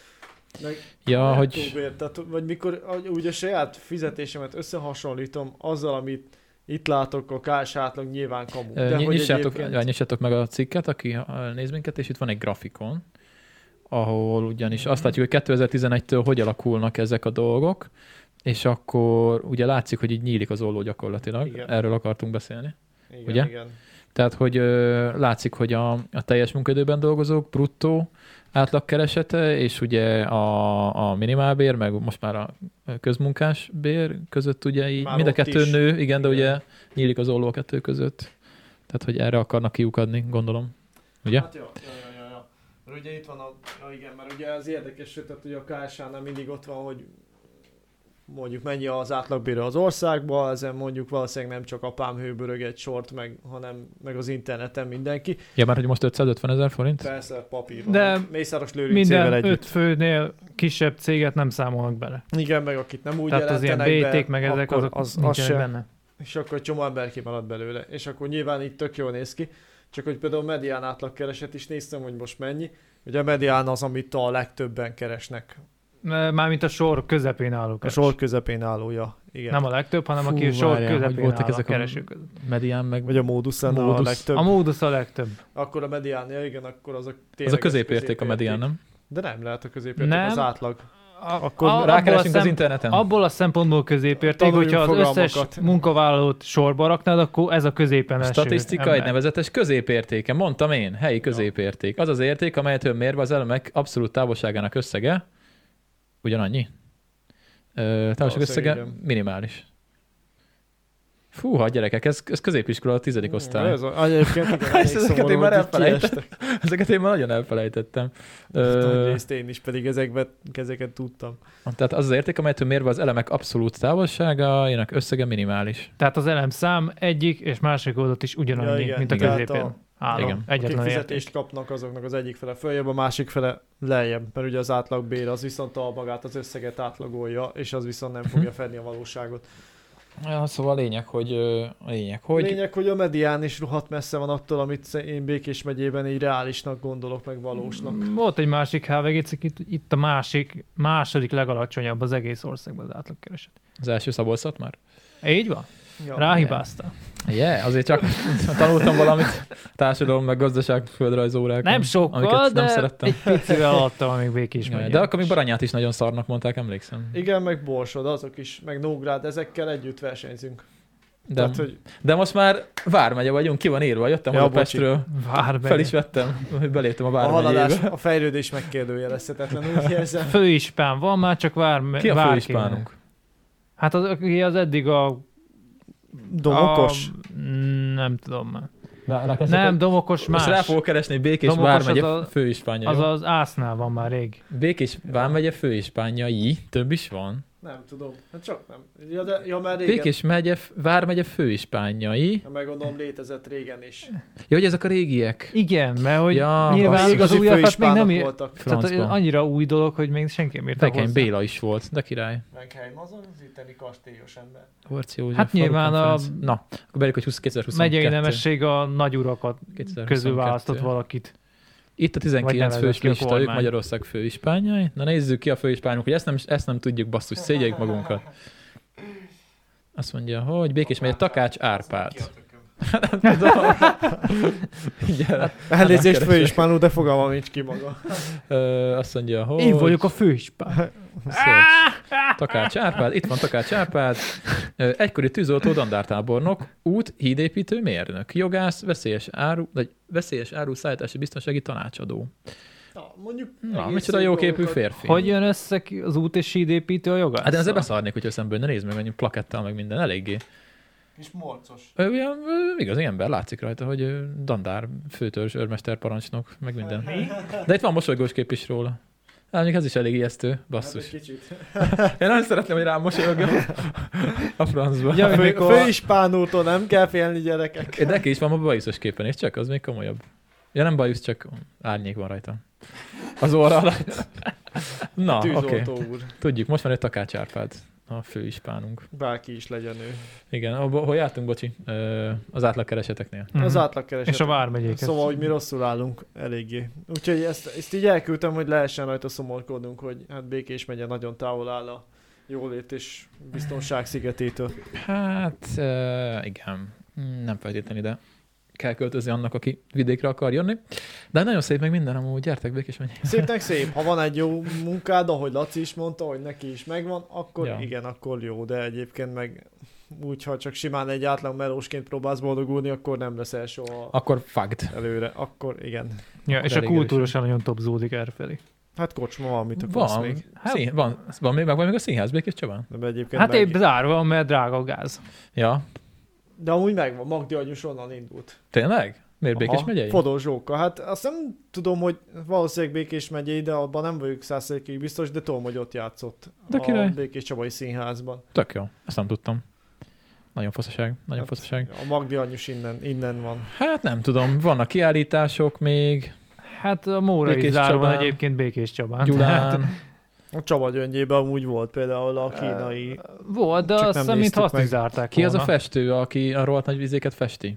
Tehát, vagy mikor úgy a saját fizetésemet összehasonlítom azzal, amit itt látok, a KS átlag nyilván kamu. Nyissátok meg a cikket, aki néz minket, és itt van egy grafikon, ahol ugyanis azt látjuk, hogy 2011-től hogy alakulnak ezek a dolgok, és akkor ugye látszik, hogy így nyílik az olló gyakorlatilag. Igen. Erről akartunk beszélni. Igen, ugye? Igen. Tehát, hogy látszik, hogy a teljes munkaidőben dolgozók bruttó átlagkeresete, és ugye a minimálbér, meg most már a közmunkás bér között ugye így mind a kettő nő, igen, de ugye nyílik az olló a kettő között. Tehát, hogy erre akarnak kiukadni, gondolom. Ugye? Hát jó. Mert ugye itt van mert ugye az érdekes, tehát ugye a KSH-nál mindig ott van, hogy mondjuk mennyi az átlagbére az országban, ezen mondjuk valószínűleg nem csak apám hőbörög egy sort, meg az interneten mindenki. Ja, mert hogy most 550 000 forint? Persze, papír. De Mészáros Lőrincével minden 5 főnél kisebb céget nem számolnak bele. Igen, meg akit nem úgy tehát jelentenek az ilyen BT-k, meg ezek azok nincsenek benne. És akkor csomó ember kimarad belőle. És akkor nyilván itt tök jól néz ki. Csak hogy például a medián átlagkereset is néztem, hogy most mennyi. Ugye a medián az, amit a legtöbben keresnek. Mármint a sor közepén álló keres. A sor közepén állója, igen. Nem a legtöbb, hanem aki a sor közepén áll ezek a kereső között. Medián meg... Vagy a móduszán a legtöbb. A módusz a legtöbb. Akkor a medián, ja igen, akkor az a tényleg... Az a középérték a medián, nem? De nem lehet a középérték, az átlag. Akkor rákeresünk az interneten? Abból a szempontból középérték, hogyha az összes munkavállalót sorba raknád, akkor ez a középen eső. Statisztika egy nevezetes középértéke, mondtam én, helyi középérték. Az az érték, amelyet mérve az elemek abszolút távolságának összege ugyanannyi. Távolság összege minimális. Fúha, gyerekek, ez középiskola a 10. osztály. Ezeket én már elfelejtettem. Ezeket én már nagyon elfelejtettem. Részt én is, pedig ezeket tudtam. Tehát az az érték, amelyetől mérve az elemek abszolút távolságának összege minimális. Tehát az elemszám egyik és másik oldalt is ugyanannyi, mint a középén. Igen. Akik fizetést kapnak, azoknak az egyik fele följebb, a másik fele lejjebb, mert ugye az átlagbér az viszont magát az összeget átlagolja, és az viszont nem fogja fedni a valóságot. Ja, szóval a lényeg, hogy a medián is rohadt messze van attól, amit én Békés megyében így reálisnak gondolok, meg valósnak. Volt egy másik HVG cikk, itt a második legalacsonyabb az egész országban az átlagkereset. Az első Szabolcs már? Így van? Ja, ráhibáztál. Azért csak tanultam valamit társadalom, meg gazdaság, földrajz órákon. Nem sokkal, de nem szerettem. Egy picivel alattam, amíg Békés megyében. De akkor még Baranyát is nagyon szarnak mondták, emlékszem. Igen, meg Borsod, azok is, meg Nógrád, ezekkel együtt versenyzünk. De most már Vármegye vagyunk, ki van írva, jöttem a Pestről, fel is vettem, hogy beléptem a Vármegyébe. A fejlődés megkérdőjelezhetetlen, úgy érzem. Főispán van, már csak Ki a főispánunk? Hát az eddig a Domokos? Nem tudom már. Nem, Domokos más. Most rá fogok keresni, Békés vármegye főispánja. Az az Ásznál van már rég. Békés vármegye főispánjai, több is van. Nem tudom, hát csak nem. Ja, már régen. Békés vármegye főispánjai. Ha meggondolom, létezett régen is. Ja, hogy ezek a régiek. Igen, mert hogy nyilván az újakat még nem voltak. Tehát annyira új dolog, hogy még senki nem írta hozzá. Béla is volt, de király. Megheim az itteni kastélyos ember. Horthy József, hát nyilván a... Na, akkor beírjuk, hogy 2022. Megyei nemesség a nagyurakat közül választott valakit. Itt a 19 fős lista, ők Magyarország főispánjai. Na nézzük ki a főispánunk, hogy ezt nem tudjuk, basszus, szégyeljük magunkat. Azt mondja, hogy Békés megye Takács Árpád. Nem tudom. Elnézést főispánul, de fogalmam nincs ki maga. Azt mondja, hogy... Én vagyok a főispán. Takács Árpád, itt van Takács Árpád, egykori tűzoltó dandártábornok, hídépítő mérnök, jogász, veszélyes áru szállítási biztonsági tanácsadó. Na, micsoda jóképű férfi. Hogy jön össze az út és hídépítő a jogász? Hát de azért beszarnék, hogy eszembe jönne, nézd meg, annyi plakettal, meg minden, eléggé. És morcos. Igazi ember, látszik rajta, hogy dandár, főtörzs, őrmester, parancsnok, meg minden. De itt van mosolygós kép is róla. Még ez is elég ijesztő, basszus. Hát én nem szeretném, hogy rám mosolyogjon a francba. Ja, főispánultól nem kell félni, gyerekek. De neki is van a bajuszos képen, és csak az még komolyabb. Ja, nem bajusz, csak árnyék van rajta. Az óra alatt. Na, oké. Tudjuk, most van egy Takács Árpád, a főispánunk. Bárki is legyen ő. Igen, hol jártunk, bocsi? Az átlagkereseteknél. Az átlagkeresetek. És a vármegyéket. Szóval, hogy mi rosszul állunk eléggé. Úgyhogy ezt így elküldtem, hogy lehessen rajta szomorkodnunk, hogy hát Békés megye nagyon távol áll a jólét és biztonság szigetétől. Hát igen, nem feltétlenül ide kell költözni annak, aki vidékre akar jönni. De nagyon szép meg minden amúgy, gyertek Békés megye. Szépnek szép. Ha van egy jó munkád, ahogy Laci is mondta, hogy neki is megvan, akkor ja. Igen, akkor jó, de egyébként meg úgy, ha csak simán egy átlag melósként próbálsz boldogulni, akkor nem leszel soha akkor fucked előre. Akkor igen. Ja, és a kultúrosan nagyon topzódik errefelé. Hát kocsma van, mit akarsz még? Hát, van még a színház Békés Csabán? Hát épp zárva, mert drága a gáz. Ja. De amúgy megvan, Magdi Anyus onnan indult. Tényleg? Miért Békés megyei? Fodor Zsóka. Hát azt nem tudom, hogy valószínűleg Békés megyei, de abban nem vagyok 100%-ig biztos, de tudom, hogy ott játszott a Békés Csabai Színházban. Tök jó, ezt nem tudtam. Nagyon faszaság, nagyon faszaság. A Magdi Anyus innen van. Hát nem tudom, vannak kiállítások még. Hát a Móra is zárva egyébként Békés Csabán. Gyulán. A Csaba Gyöngyében amúgy volt például a kínai... Volt, de azt hiszem, mintha azt is zárták Ki volna. Az a festő, aki a rohadt nagy vizéket festi?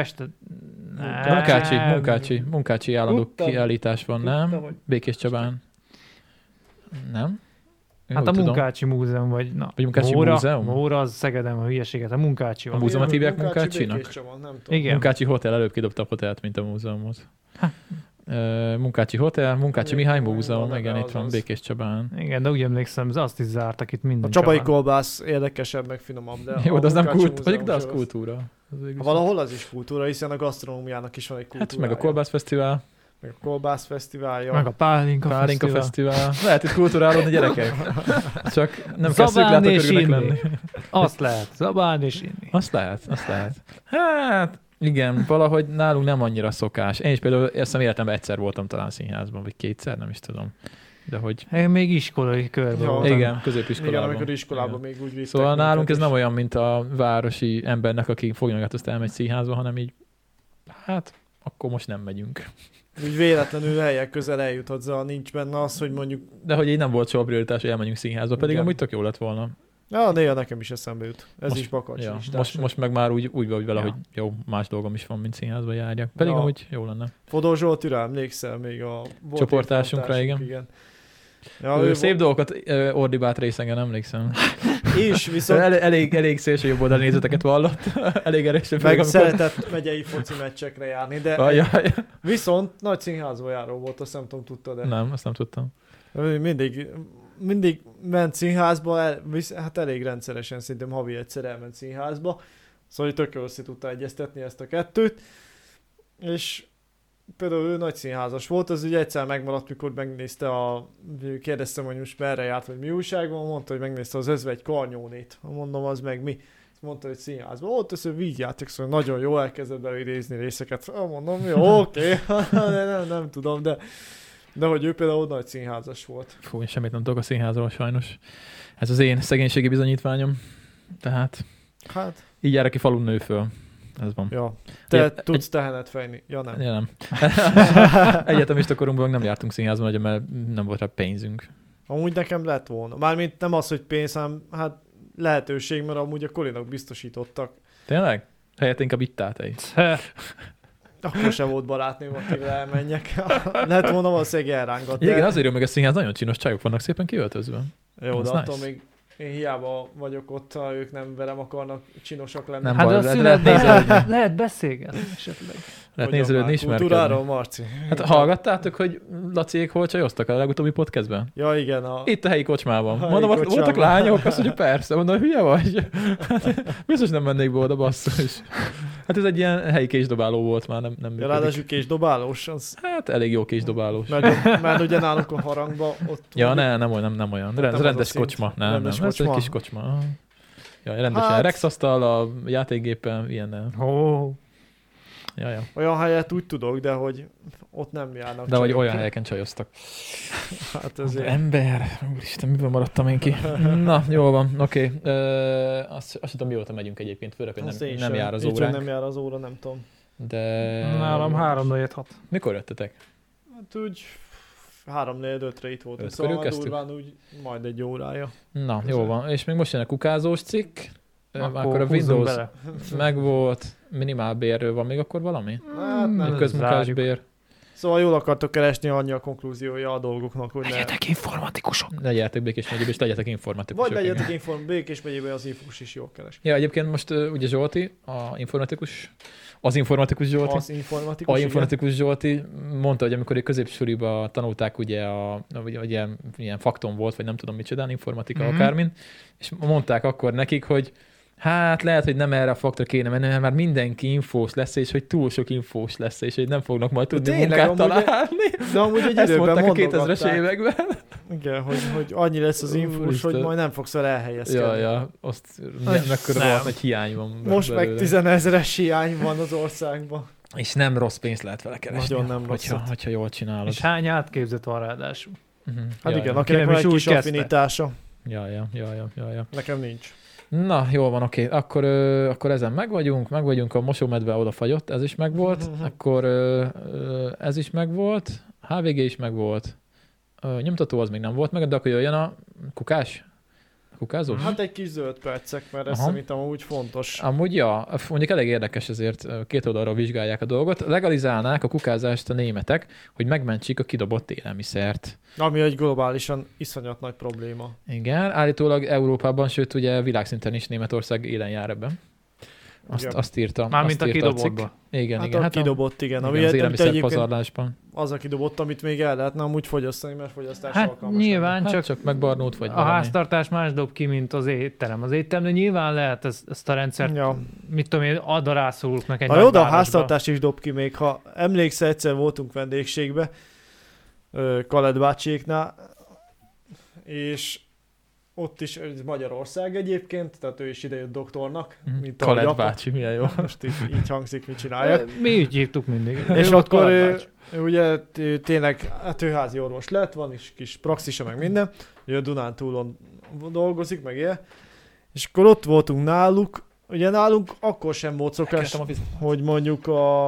Munkácsi állandó kiállítás van, nem? Békés Csabán. Nem? Hát a Munkácsi Múzeum, vagy Munkácsi Múzeum? Móra az Szegeden a hülyeséget, a Munkácsi van. A múzeumot hívják Munkácsinak? Igen. Munkácsi Hotel, előbb kidobta a hotelt, mint a múzeumot. Munkácsi Hotel, Munkácsi Mihály Múzeum, igen, itt van Békés Csabán. Igen, de úgy emlékszem, azt is zártak itt minden. A csabai kolbász érdekesebb, meg finomabb, de jó, de az nem kultúra, de az kultúra. Valahol az is kultúra, hiszen a gasztronómiának is van egy kultúrája. Hát meg a kolbászfesztivál. Meg a kolbászfesztiválja. Meg a Pálinka fesztivál. Lehet itt kulturálódni, gyerekek. Csak nem kell szöglátókörűnek lenni. Azt lehet, zabálni és inni. Azt lehet. Hát, igen, valahogy nálunk nem annyira szokás. Én is például életemben egyszer voltam talán színházban, vagy kétszer, nem is tudom. De hogy... Én még iskolai körben voltam. Igen, középiskolában. Igen, amikor iskolában még úgy vittek. Szóval nálunk ez nem olyan, mint a városi embernek, aki fogja azt elmegy színházba, hanem így, hát, akkor most nem megyünk. Úgy véletlenül helyek közel eljuthatsz, nincs benne az, hogy mondjuk... De hogy így nem volt soha prioritás, hogy elmenjünk színházba, pedig amúgy tök jó lett volna. Ja, néha nekem is eszembe jut. Ez most, is Bakacs ja, most meg már úgy vagy vele, hogy jó, más dolgom is van, mint színházba járjak. Pedig amúgy jó lenne. Fodor Zsoltira emlékszel még a... Csoportársunkra, igen. Ja, szép dolgokat ordibált részegen, emlékszem. És viszont... elég szélső jobb oldal nézeteket vallott. Elég erősen. Meg szeretett megyei foci meccsekre járni, de viszont nagy színházba járó volt, azt nem tudom, tudtad de. Nem, azt nem tudtam. Mindig ment színházba, hát elég rendszeresen, szerintem havi egyszer elment színházba, szóval tök össze tudta egyeztetni ezt a kettőt, és például ő nagy színházas volt, az ugye egyszer megmaradt, mikor megnézte kérdeztem, hogy most merre járt, vagy mi újság van, mondta, hogy megnézte az Özvegy Karnyónét. Mondom, az meg mi? mondta, hogy színházban, ott össze vígjáték, szóval nagyon jó, elkezdett belőlézni részeket. Mondom, jó, oké, nem tudom, de hogy ő például nagy színházas volt. Fú, én semmit nem tudok a színházról sajnos. Ez az én szegénységi bizonyítványom. Tehát így jár, aki falun nő föl. Ez van. Ja. Te tudsz tehenet fejni? Ja, nem. Ja, nem. Egyetemista korunkban nem jártunk színházban, ugye, mert nem volt rá pénzünk. Amúgy nekem lett volna. Mármint nem az, hogy pénz, hanem hát lehetőség, mert amúgy a Kolinak biztosítottak. Tényleg? Helyett inkább ittál te is. Akkor sem volt barátnőm, akivel elmenjek. Lehet volna valószínűleg elrángat. Igen, azért jó, meg a színház nagyon csinos csajok vannak szépen kiöltözve. Jó, de attól még én hiába vagyok ott, ha ők nem velem akarnak csinosak lenni. Nem hát baj, a születben lehet beszélgetni esetleg. Lehet nézelődni, ismerkedni. Kultúráról, Marci. Hát hallgattátok, hogy Laciék hol csajoztak a legutóbbi podcastben? Ja, igen. Itt a helyi kocsmában. Mondom, voltak lányok, azt mondja, persze. Mondom, hülye vagy. Biztos nem mennék be oda, basszus. Hát ez egy ilyen helyi késdobáló volt már, nem működik. Ja, ráadásul késdobálós. Az... Hát elég jó késdobálós. Mert ugye nálunk a harangban ott... Ja, nem olyan. Rendes kocsma. Nem. Ez egy kis kocsma. Ja, rendesen rexasztal, a játékgépen, ilyennel. Ja. Olyan helyet úgy tudok, de hogy ott nem járnak. De hogy olyan helyeken csajoztak. Hát ezért. Ember, úristen, miből maradtam én ki? Na, jól van, oké. Azt tudom, mióta megyünk egyébként, főleg, hogy nem jár az óránk. Nem jár az óra, nem tudom. De... Nálam 3-4-6. Mikor jöttetek? Hát úgy 3-4-5-re itt voltunk, szóval durván úgy majd egy órája. Na, jó van. És még most jön a kukázós cikk. Akkor a Windows megvolt, minimálbérről van még akkor valami? Hát nem. Közmunkásbér. Szóval jól akartok keresni, annyi a konklúziója a dolgoknak, hogy legyetek informatikusok. Legyetek Békés megyében, és legyetek informatikusok. Vagy legyetek Békés megyében, az infós is jól keres. Ja, egyébként most ugye Zsolti, az informatikus Zsolti mondta, hogy amikor középsuriba tanulták ugye ilyen fakton volt, vagy nem tudom micsodán, informatika akármin, és mondták akkor nekik, hogy hát lehet, hogy nem erre a faktra kéne menni, mert már mindenki infós lesz, és hogy túl sok infós lesz, és hogy nem fognak majd tudni munkát találni. De amúgy egy ezt mondták a 2000-es években. Igen, hogy annyi lesz az infós, hogy majd nem fogsz vele elhelyezkedni. Ja, azt mekkora nagy hiány van. Most meg 10 000-es hiány van az országban. És nem rossz pénzt lehet vele keresni, nagyon nem hogyha jól csinálod. És hány átképzett van ráadásul? Hát igen, akinek van egy kis affinitása. Ja. Nekem nincs. Na, jól van, oké. Akkor ezen megvagyunk, a mosómedve odafagyott, ez is megvolt, akkor ez is megvolt, HVG is megvolt, nyomtató az még nem volt meg, de akkor jöjjön a kukás? A kukázós? Hát egy kis zöld percek, mert ez szerintem úgy fontos. Amúgy ja, mondjuk elég érdekes ezért, két oldalról vizsgálják a dolgot. Legalizálnák a kukázást a németek, hogy megmentsék a kidobott élelmiszert. Ami egy globálisan iszonyat nagy probléma. Igen, állítólag Európában, sőt ugye világszinten is Németország élen jár ebben. Azt írta. Mármint a kidobottba. Igen. Hát kidobott, igen. Ami az élelmiszerpazarlásban. Az a kidobott, amit még el lehetne amúgy fogyasztani, mert fogyasztás alkalmas. Nyilván csak megbarnult vagy valami. A háztartás más dob ki, mint az étterem. Az étterem, de nyilván lehet ezt a rendszert, mit tudom én, arra rászorulnak egy nagy városba. A háztartás is dob ki még. Ha emlékszel, egyszer voltunk vendégségbe, Kaled bácsiéknál, és ott is, ez Magyarország egyébként, tehát ő is idejött doktornak. Kaled bácsi, milyen jó. Most így hangzik, mit csinálják. Mi úgy hívtuk mindig. És akkor ő ugye tényleg házi orvos lett, van is kis praxisa, meg minden. Ő a Dunántúlon dolgozik, meg ilyen. És akkor ott voltunk náluk. Ugye nálunk akkor sem volt szokás, hogy mondjuk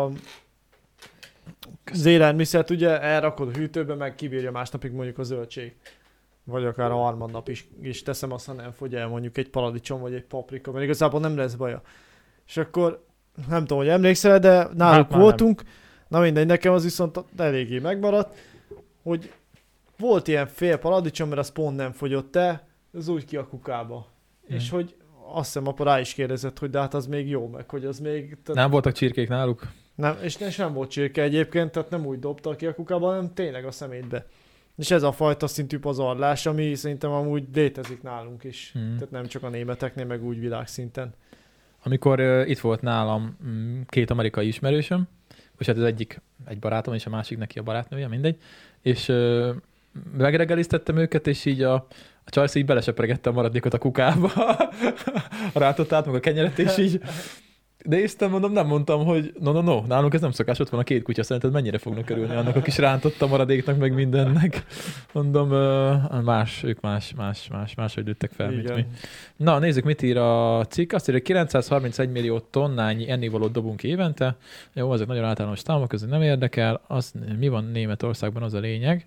az élelmiszert ugye elrakod a hűtőbe, meg kibírja másnapig mondjuk a zöldség. Vagy akár a harmadnap is teszem, aztán nem fogy el mondjuk egy paradicsom vagy egy paprika, mert igazából nem lesz baja. És akkor nem tudom, hogy emlékszel, de náluk voltunk. Nem. Na mindegy, nekem az viszont eléggé megmaradt, hogy volt ilyen fél paradicsom, mert az pont nem fogyott el, az úgy ki a kukába. És hogy azt hiszem apa rá is kérdezett, hogy de hát az még jó, meg hogy az még... Nem voltak csirkék náluk? Nem, és nem volt csirke egyébként, tehát nem úgy dobta ki a kukába, hanem tényleg a szemétbe. És ez a fajta szintű pazarlás, ami szerintem amúgy létezik nálunk is. Tehát nem csak a németeknél, meg úgy világszinten. Amikor itt volt nálam két amerikai ismerősöm, és hát az egyik egy barátom, és a másik neki a barátnője, mindegy, és megreggeliztettem őket, és így a csajsz így belesepregette a maradékot a kukába, a rátotát, meg a kenyeret, és így néztem, mondom, nem mondtam, hogy no, nálunk ez nem szokás, ott van a 2 kutya, szerinted mennyire fognak örülni annak a kis rántott a maradéknak, meg mindennek. Mondom, ők máshogy lőttek fel, mint mi. Na, nézzük, mit ír a cikk. Azt írja, 931 millió tonnányi ennivalót dobunk évente. Jó, ezek nagyon általános számok, ez nem érdekel. Mi van Németországban, az a lényeg.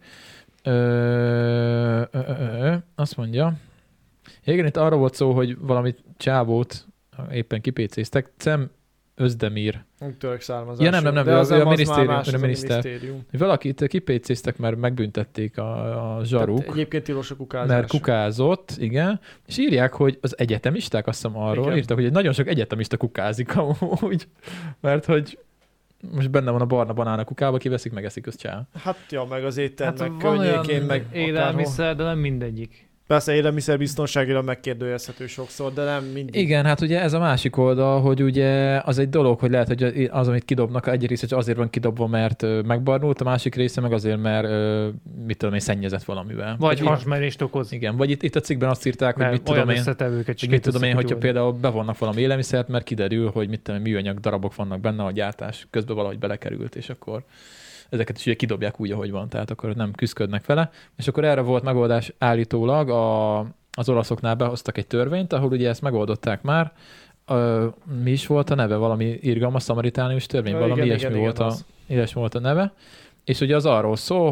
Azt mondja, igen, itt arra volt szó, hogy valami csávót éppen kipécéztek. Cem Özdemir. Török származású. Ja, nem, a minisztérium. Valakit kipécéztek, mert megbüntették a zsaruk. Tehát egyébként tilos a kukázás. Mert kukázott, igen. És írják, hogy az egyetemisták, azt hiszem arról írtak, hogy nagyon sok egyetemista kukázik amúgy. Mert hogy most benne van a barna banán a kukába, kiveszik, megeszik, az csá. Hát ja, meg az éttermek környékén, meg élelmiszer, de nem mindegyik. Persze élelmiszerbiztonságira megkérdőjelezhető sokszor, de nem mindig. Igen, hát ugye ez a másik oldal, hogy ugye az egy dolog, hogy lehet, hogy az, amit kidobnak, egy része azért van kidobva, mert megbarnult, a másik része meg azért, mert mit tudom én, szennyezett valamivel. Vagy hasmerést okoz. Igen, vagy itt a cikkben azt írták, hogy mit tudom én, hogyha például bevonnak valami élelmiszert, mert kiderül, hogy mit tudom én, műanyag darabok vannak benne, a gyártás közben valahogy belekerült, és akkor ezeket is ugye kidobják úgy, ahogy van, tehát akkor nem küszködnek vele. És akkor erre volt megoldás állítólag, az olaszoknál behoztak egy törvényt, ahol ugye ezt megoldották már. Mi is volt a neve? Valami irgalmas szamaritánius törvény? Valami ilyesmi volt a neve. És ugye az arról szól,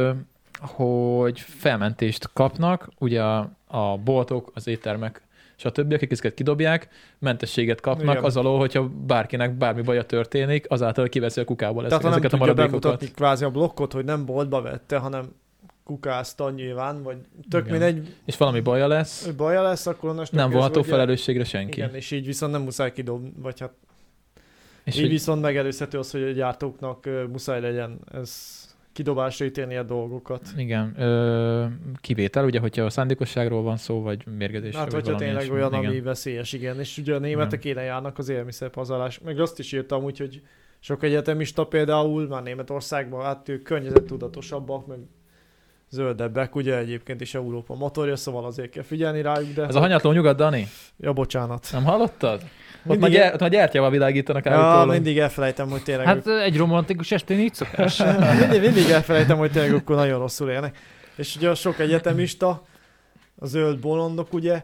hogy felmentést kapnak, ugye a boltok, az éttermek, és a többiek, akik ezeket kidobják, mentességet kapnak. Igen. Az alól, hogyha bárkinek bármi baja történik, azáltal kiveszi a kukából ezeket a maradékokat. Bemutatni kvázi a blokkot, hogy nem boltba vette, hanem kukázta nyilván, vagy tök mindegy. És valami baja lesz. Baja lesz, akkor onnan nem vonható felelősségre senki. Igen, és így viszont nem muszáj kidobni, vagy hát és így viszont megelőzhető az, hogy a gyártóknak muszáj legyen ez kidobásra ítélni a dolgokat. Igen. Kivétel, ugye, hogyha a szándékosságról van szó, vagy mérgezésről. Hát, hogyha tényleg ilyesmi, olyan, ami veszélyes, igen. És ugye a németek élen járnak az élelmiszerpazarlás. Meg azt is írtam úgy, hogy sok egyetemista például már Németországban, hát ők környezettudatosabbak, meg zöldebbek, ugye egyébként is Európa motorja, szóval azért kell figyelni rájuk, de... Ez a hanyatló nyugat, Dani? Ja, bocsánat. Nem hallottad? Ott már gyertyával világítanak állítólag. Ja, mindig elfelejtem, hogy tényleg... Hát egy romantikus estén így szokás. mindig elfelejtem, hogy tényleg akkor nagyon rosszul élnek. És ugye sok egyetemista, a zöld bolondok, ugye,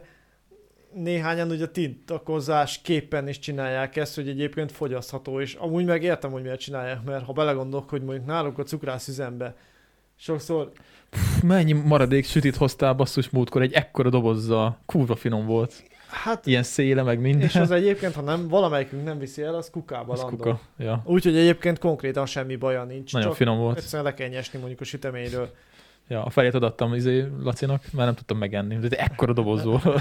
néhányan ugye tiltakozás képpen is csinálják ezt, hogy egyébként fogyasztható, és amúgy meg értem, hogy miért csinálják, mert ha belegondolok, hogy mondjuk nálunk a cukrászüzembe sokszor... Mennyi maradék sütit hoztál basszus múltkor egy ekkora dobozzal? Kurva finom volt. Hát, ilyen széle, meg minden. És az egyébként, ha nem, valamelyikünk nem viszi el, az kukába landol. Kuka, ja. Úgyhogy egyébként konkrétan semmi baja nincs. Nagyon finom volt. Egyszerűen le kell nyesni mondjuk a süteményről. Ja, a fejét odaadtam Lacinak, már nem tudtam megenni. De ekkora doboz volt.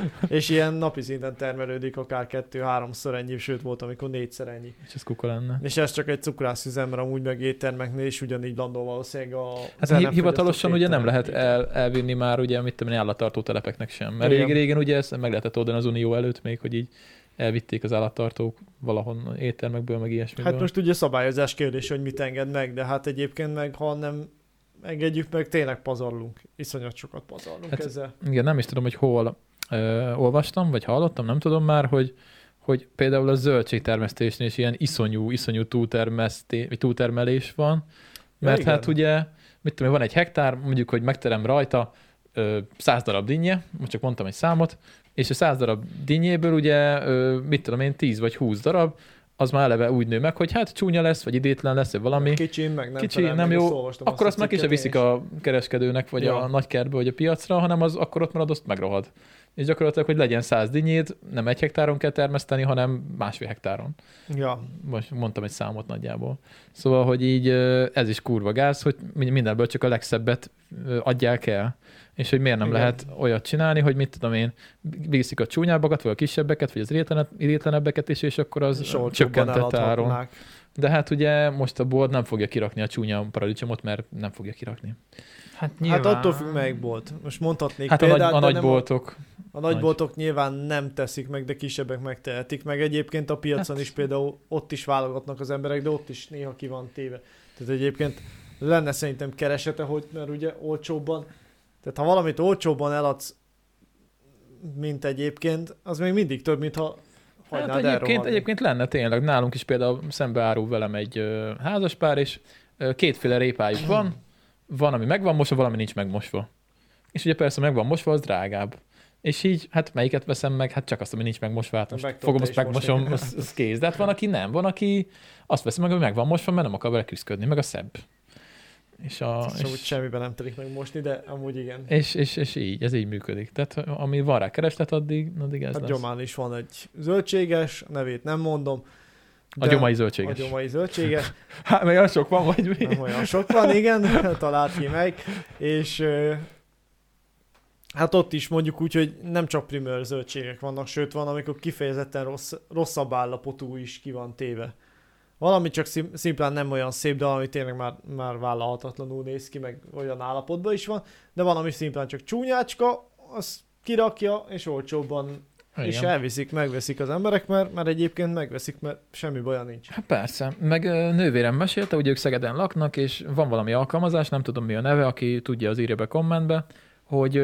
És ilyen napi szinten termelődik akár 2-3-szor ennyi, sőt volt, amikor 4-szer ennyi. És ez kuka lenne. És ez csak egy cukrászüzem, mert amúgy meg éttermeknél is ugyanígy landol valószínűleg a... Hát hivatalosan ugye nem lehet elvinni már ugye, mit tudom én, állattartó telepeknek sem. Mert régen ugye ezt meg lehetett oldani az Unió előtt még, hogy így elvitték az állattartók valahonnan éttermekből, meg ilyesmiből. Hát most ugye szabályozás kérdés, hogy mit enged meg, de hát egyébként meg, ha nem engedjük meg, tényleg pazarlunk. Iszonyat sokat pazarlunk hát, ezzel. Igen, nem is tudom, hogy hol olvastam, vagy hallottam, nem tudom már, hogy például a zöldségtermesztésnél is ilyen iszonyú túltermelés van, mert hát ugye, mit tudom, van egy hektár, mondjuk, hogy megterem rajta 100 darab dinnye, most csak mondtam egy számot, és a 100 darab dinnyéből ugye, mit tudom én, 10 vagy 20 darab, az már eleve úgy nő meg, hogy hát csúnya lesz, vagy idétlen lesz, vagy valami. Kicsi, nem jó. Akkor azt meg ki sem viszik a kereskedőnek, vagy a nagykertbe, vagy a piacra, hanem az akkor ott marad, azt megrohad. És gyakorlatilag, hogy legyen 100 dinnyét, nem 1 hektáron kell termeszteni, hanem 1,5 hektáron. Ja. Most mondtam egy számot nagyjából. Szóval, hogy így ez is kurva gáz, hogy mindenből csak a legszebbet adják el. És hogy miért nem lehet olyat csinálni, hogy mit tudom én, viszik a csúnyábbakat, vagy a kisebbeket, vagy az idétlenebbeket is, és akkor az csökkentett áron. De hát ugye most a bolt nem fogja kirakni a csúnya paradicsomot, mert nem fogja kirakni. Hát attól függ, melyik bolt. Most mondhatnék hát példát, a nagy boltok. A nagy boltok nyilván nem teszik meg, de kisebbek megtehetik meg. Egyébként a piacon is például ott is válogatnak az emberek, de ott is néha ki van téve. Tehát egyébként lenne szerintem keresete, mert ugye olcsóbban, tehát ha valamit olcsóbban eladsz, mint egyébként, az még mindig több, mint ha hagynád egyébként lenne tényleg. Nálunk is például szembeárul velem egy házaspár, és kétféle répájuk van. Van, ami meg van mosva, valami nincs megmosva. És ugye persze meg van mosva, az drágább. És így, hát melyiket veszem meg? Hát csak azt, ami nincs megmosva. Hát most fogom, azt megmosom, az kész. De hát van, aki nem. Van, aki azt veszi meg, ami meg van mosva, mert nem akar vele küszködni, meg a szebb. És úgy semmiben nem telik meg mosni, de amúgy igen. És így, ez így működik. Tehát ami van rá kereslet, addig ez hát lesz. Gyomán is van egy zöldséges, nevét nem mondom. A gyomai zöldséges. A gyomai zöldséges. Hát meg olyan sok van, vagy mi? Nem olyan sok van, igen, talált ki meg. És hát ott is mondjuk úgy, hogy nem csak primőr zöldségek vannak, sőt van, amikor kifejezetten rosszabb állapotú is ki van téve. Valami csak szimplán nem olyan szép, de valami tényleg már vállalhatatlanul néz ki, meg olyan állapotban is van, de valami szimplán csak csúnyácska, az kirakja, és olcsóbban és elviszik, megveszik az emberek, mert egyébként megveszik, mert semmi baja nincs. Hát persze, meg nővérem mesélte, hogy ők Szegeden laknak, és van valami alkalmazás, nem tudom mi a neve, aki tudja, az írja be kommentbe, hogy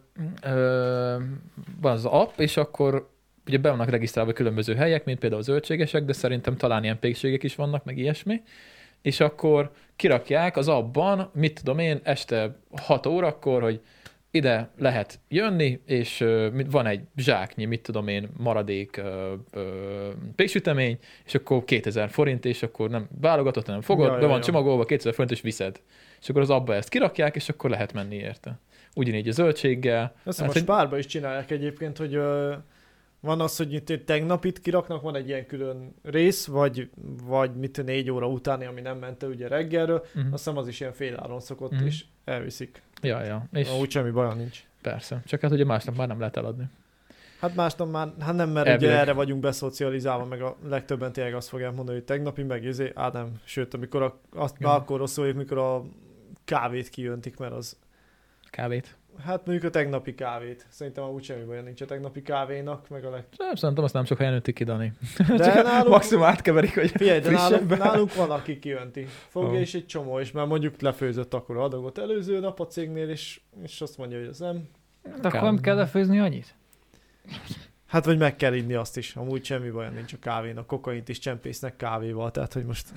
van az app, és akkor ugye be vannak regisztrálva különböző helyek, mint például zöldségesek, de szerintem talán ilyen pékségek is vannak, meg ilyesmi, és akkor kirakják az appban, mit tudom én, este 6 órakor, hogy ide lehet jönni, és van egy zsáknyi, mit tudom én, maradék péksütemény, és akkor 2000 forint, és akkor nem válogatott, nem fogod, be van csomagolva, 2000 forint, és viszed. És akkor az abba ezt kirakják, és akkor lehet menni érte. Ugyanígy a zöldséggel. Azt hát, most párba is csinálják egyébként, hogy van az, hogy tegnap itt kiraknak, van egy ilyen külön rész, vagy 4 óra utáni, ami nem ment ugye reggelről, azt hiszem az is ilyen féláron szokott, és elviszik. Ja. És úgy semmi baja nincs. Persze, csak hát ugye másnap már nem lehet eladni. Hát másnap már, hát nem, mert ugye erre vagyunk beszocializálva, meg a legtöbben tényleg azt fogják mondani, hogy tegnapi, meg nem. Sőt, amikor akkor rosszul, mikor a kávét kijöntik, mert az... Kávét? Hát mondjuk a tegnapi kávét. Szerintem úgy semmi baj nincs a tegnapi kávénak, meg Szerintem azt nem sok helyen öntik ki, Dani. De nálunk... Maximum átkeverik, hogy figyelj, de nálunk van, aki kijönti. Fogja és egy csomó, és már mondjuk lefőzött akkor adagot előző nap a cégnél, és azt mondja, hogy az nem. De akkor nem kell lefőzni annyit? Hát vagy meg kell inni azt is. Amúgy semmi baj nincs a kávén. A kokaint is csempésznek kávéval, tehát hogy most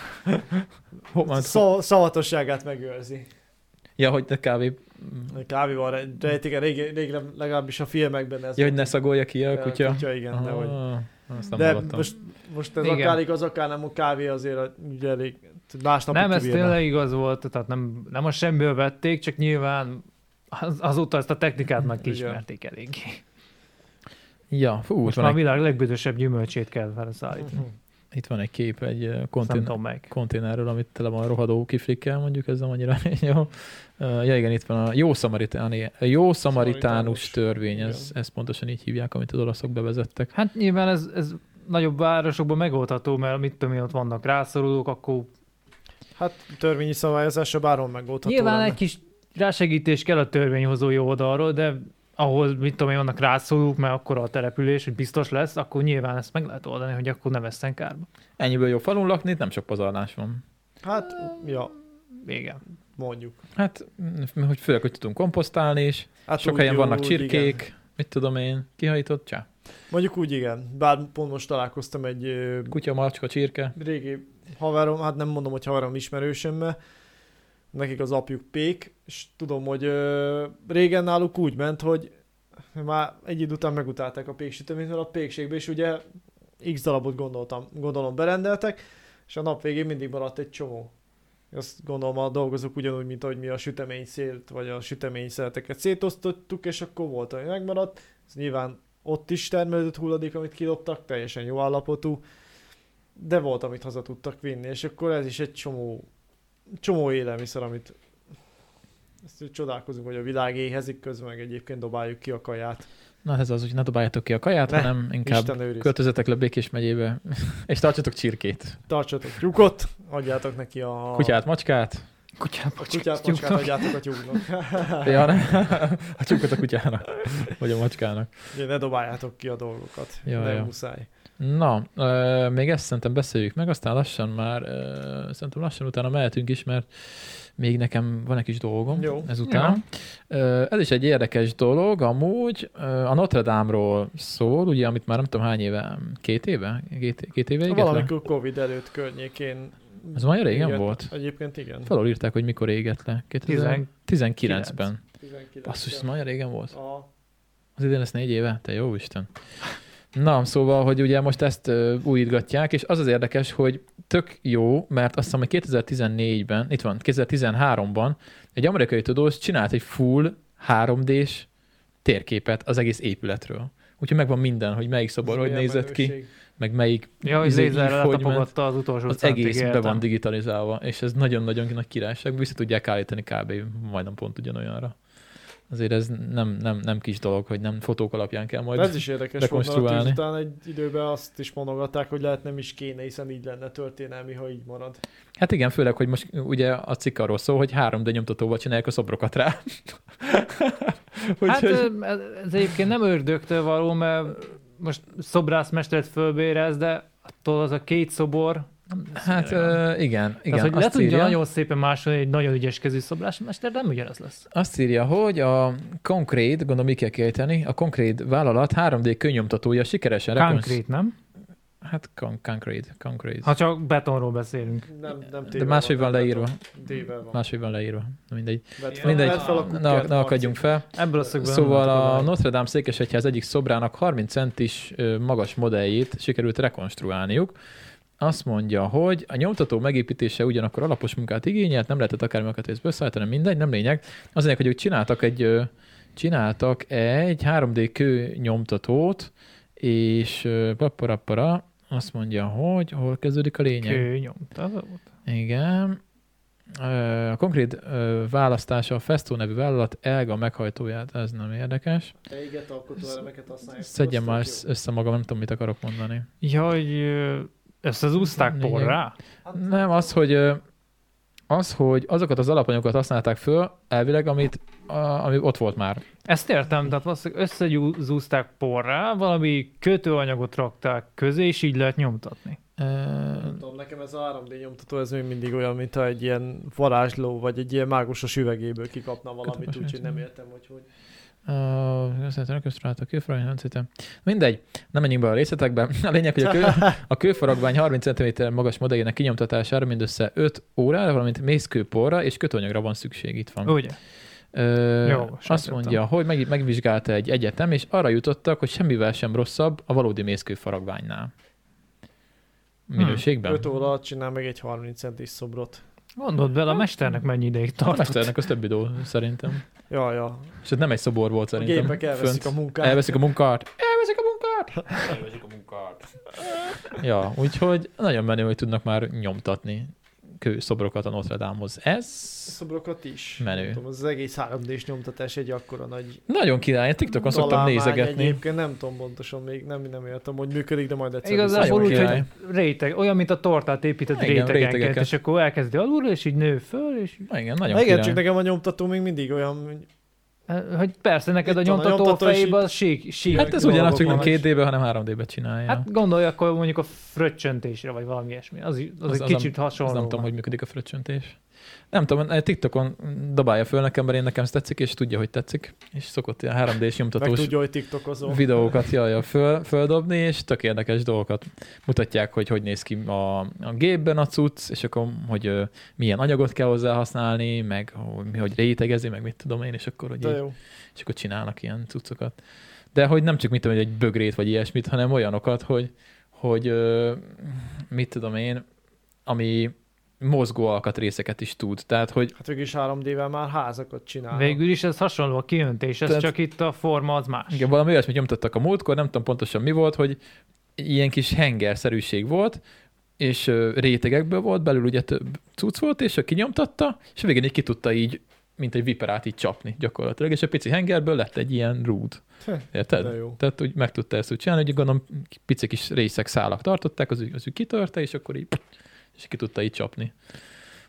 szavatosságát megőrzi. Ja, hogy a kávéval rejtik, régen legalábbis a filmekben ez. Ja, hogy ne szagolja ki a kutya? A kutya, igen. De most ez akár igaz, akár nem, a kávé azért ugye elég másnap. Nem, ez tényleg igaz volt, tehát nem a semmiből vették, csak nyilván azóta ezt a technikát már kiismerték eléggé. Ja, most már a világ legbüdösebb gyümölcsét kell felszállítani. Itt van egy kép egy konténerről, amit tele van rohadó kiflikkel, mondjuk ez nem annyira jó. Ja igen, itt van a jó szamaritánus törvény, ez pontosan így hívják, amit az olaszok bevezettek. Hát nyilván ez nagyobb városokban megoldható, mert mit tudom én, ott vannak rászorulók, akkor... Hát törvényi szabályozásra bárhol megoldható. Nyilván lenne. Egy kis rásegítés kell a törvényhozói oldalról, de ahol, mit tudom én, vannak rászorulók, mert akkor a település, hogy biztos lesz, akkor nyilván ezt meg lehet oldani, hogy akkor ne vesszen kárba. Ennyiből jó falun lakni, nem sok pazarlás van. Hát, ja. Igen. Mondjuk. Hát, hogy főleg, hogy tudunk komposztálni is. Hát sok helyen vannak csirkék, igen. Mit tudom én, kihajított, csá. Mondjuk úgy igen, bár pont most találkoztam egy... Kutya, macska, csirke. Régi haverom, hát nem mondom, hogy haverom ismerősömmel, nekik az apjuk pék, és tudom, hogy régen náluk úgy ment, hogy már egy idő után megutálták a péksüteményt, mert a pékségbe is ugye x darabot gondolom berendeltek, és a nap végén mindig maradt egy csomó. Azt gondolom a dolgozók ugyanúgy, mint ahogy mi a süteményszélt, vagy a süteményszeleteket szétosztottuk, és akkor volt, ami megmaradt. Ez nyilván ott is termelődött hulladék, amit kidobtak, teljesen jó állapotú, de volt, amit haza tudtak vinni, és akkor ez is egy csomó élelmiszer, amit ezt csodálkozunk, hogy a világ éhezik, közben meg egyébként dobáljuk ki a kaját. Na ez az, hogy ne dobáljátok ki a kaját, hanem inkább költözetek le Békés megyébe, és tartsatok csirkét. Tartsatok tyúkot, adjátok neki a... Kutyát, macskát. Kutyát, macskát adjátok a tyúknak. Ja, a tyúkot a kutyának, vagy a macskának. Ugye, ne dobáljátok ki a dolgokat, nem muszáj. Na, még ezt szerintem beszéljük meg, aztán lassan már, szerintem lassan utána mehetünk is, mert még nekem van egy kis dolgom ezután. Ez is egy érdekes dolog, amúgy a Notre Dame-ról szól, ugye, amit már nem tudom hány éve, 2 éve? 2 éve égett valamikor Covid előtt környékén. Ez már régen volt? Egyébként igen. Felül írták, hogy mikor égett le. 2019-ben. Basszus, ez nagyon régen volt. Az idén lesz 4 éve? Te jó Isten. Na, szóval, hogy ugye most ezt újítgatják, és az érdekes, hogy tök jó, mert azt hiszem, hogy 2014-ben, itt van, 2013-ban egy amerikai tudós csinált egy full 3D-s térképet az egész épületről. Úgyhogy megvan minden, hogy melyik szobor, hogy nézett ki, meg melyik hogy lézerrel tapogatta az utolsó az egész be van digitalizálva, és ez nagyon-nagyon nagy királyság. Vissza tudják állítani kb. Majdnem pont ugyanolyanra. Azért ez nem kis dolog, hogy nem fotók alapján kell majd ez is érdekes volt, utána egy időben azt is mondogatták, hogy lehet nem is kéne, hiszen így lenne történelmi, ha így marad. Hát igen, főleg, hogy most ugye a cikk arról szól, hogy 3D nyomtatóval csinálják a szobrokat rá. Hát ez egyébként nem ördögtől való, mert most szobrászmesteret fölbérez, de attól az a 2 szobor. Hát igen. Tehát, hogy le tudja nagyon szépen másolni egy nagyon ügyes kezű szobrászmester, nem ugyanaz lesz. Azt írja, hogy a Concrete, gondolom így kell kiejteni, a Concrete vállalat 3D kőnyomtatója sikeresen Concrete, nem? Hát Concrete. Ha csak betonról beszélünk. Nem de máshogy van leírva. Máshogy van leírva. Mindegy. Ne akadjunk fel. Ebből a szögből. Szóval a Notre Dame székesegyház egyik szobrának 30 centis magas modelljét sikerült rekonstruálniuk. Azt mondja, hogy a nyomtató megépítése ugyanakkor alapos munkát igényelt, nem lehetett akármi alkatrészből összeállítani, mindegy, nem lényeg. Az lényeg, hogy ők csináltak egy 3D kő nyomtatót, és azt mondja, hogy hol kezdődik a lényeg. Kőnyomtatót? Igen. A konkrét választása a Festo nevű vállalat Elga meghajtóját, ez nem érdekes. Éget alkotó elemeket használják. Szedjem már össze magam, nem tudom, mit akarok mondani. Ja, hogy összezúzták porrá? Nem, az, hogy azokat az alapanyagokat használták föl, elvileg, ami ott volt már. Ezt értem, tehát valószínűleg összezúzták porrá, valami kötőanyagot rakták közé, és így lehet nyomtatni. Nem tudom, nekem ez a 3D nyomtató, ez még mindig olyan, mint ha egy ilyen varázsló, vagy egy ilyen mágusos üvegéből kikapna valamit, úgyhogy nem értem, hogy... Mindegy, nem menjünk be a részletekbe. A lényeg, hogy a kőfaragvány 30 cm magas modelljének kinyomtatására mindössze 5 órára, valamint mészkőporra és kötőanyagra van szükség. Itt van. Ugye? Azt mondja, hogy megvizsgálta egy egyetem, és arra jutottak, hogy semmivel sem rosszabb a valódi mészkőfaragványnál. Minőségben. 5 óra alatt csinál meg egy 30 centis szobrot. Gondold bele, a mesternek mennyi ideig tartott. A mesternek az több idő, szerintem. Ja. És ez nem egy szobor volt szerintem. A gépek elveszik a munkát. Elveszik a munkát. Ja, úgyhogy nagyon menő, hogy tudnak már nyomtatni kőszobrokat a Notre Dame-hoz. Ez szobrokat is. Menő. Tudom, az egész 3D-s nyomtatás egy akkora nagy... Nagyon király, én TikTokon szoktam nézegetni. Egyébként nem tudom pontosan, még nem értem, hogy működik, de majd egyszer. Igazából úgy, hogy réteg, olyan, mint a tortát épített rétegeket, és akkor elkezdi alulra, és így nő föl, és... Igen, nagyon király. Igen, csak nekem a nyomtató még mindig olyan... Hogy persze, neked a nyomtató fejében az sík. Hát ez ugyanaz, csak nem 2D-ben, hanem 3D-ben csinálja. Hát gondolj akkor mondjuk a fröccsöntésre, vagy valami ilyesmi. Az egy kicsit hasonló. Nem tudom, hogy működik a fröccsöntés. Nem tudom, TikTokon dobálja föl nekem, mert nekem ez tetszik, és tudja, hogy tetszik. És szokott ilyen 3D-s nyomtatós meg tudja, hogy TikTokozol. Videókat földobni, és tök érdekes dolgokat. Mutatják, hogy néz ki a gépben a cucc, és akkor, hogy milyen anyagot kell hozzá használni, meg hogy rétegezi, meg mit tudom én, és akkor, és akkor csinálnak ilyen cuccokat. De hogy nem csak mit tudom, hogy egy bögrét, vagy ilyesmit, hanem olyanokat, hogy mit tudom én, ami mozgó alkatrészeket is tud. Tehát, hogy... Hát végül is 3D-vel már házakat csinálnak. Végül is ez hasonló a kiöntés, ez csak itt a forma az más. Igen, valami olyasmit nyomtattak a múltkor, nem tudom pontosan mi volt, hogy ilyen kis hengerszerűség volt, és rétegekből volt, belül ugye több cucc volt, és kinyomtatta, és a végén így ki tudta így, mint egy viperát így csapni gyakorlatilag, és a pici hengerből lett egy ilyen rúd. Érted? Tehát úgy meg tudta ezt úgy csinálni, hogy gondolom pici kis részek, szálak tartották, az úgy kitörte, és akkor így és ki tudta így csapni.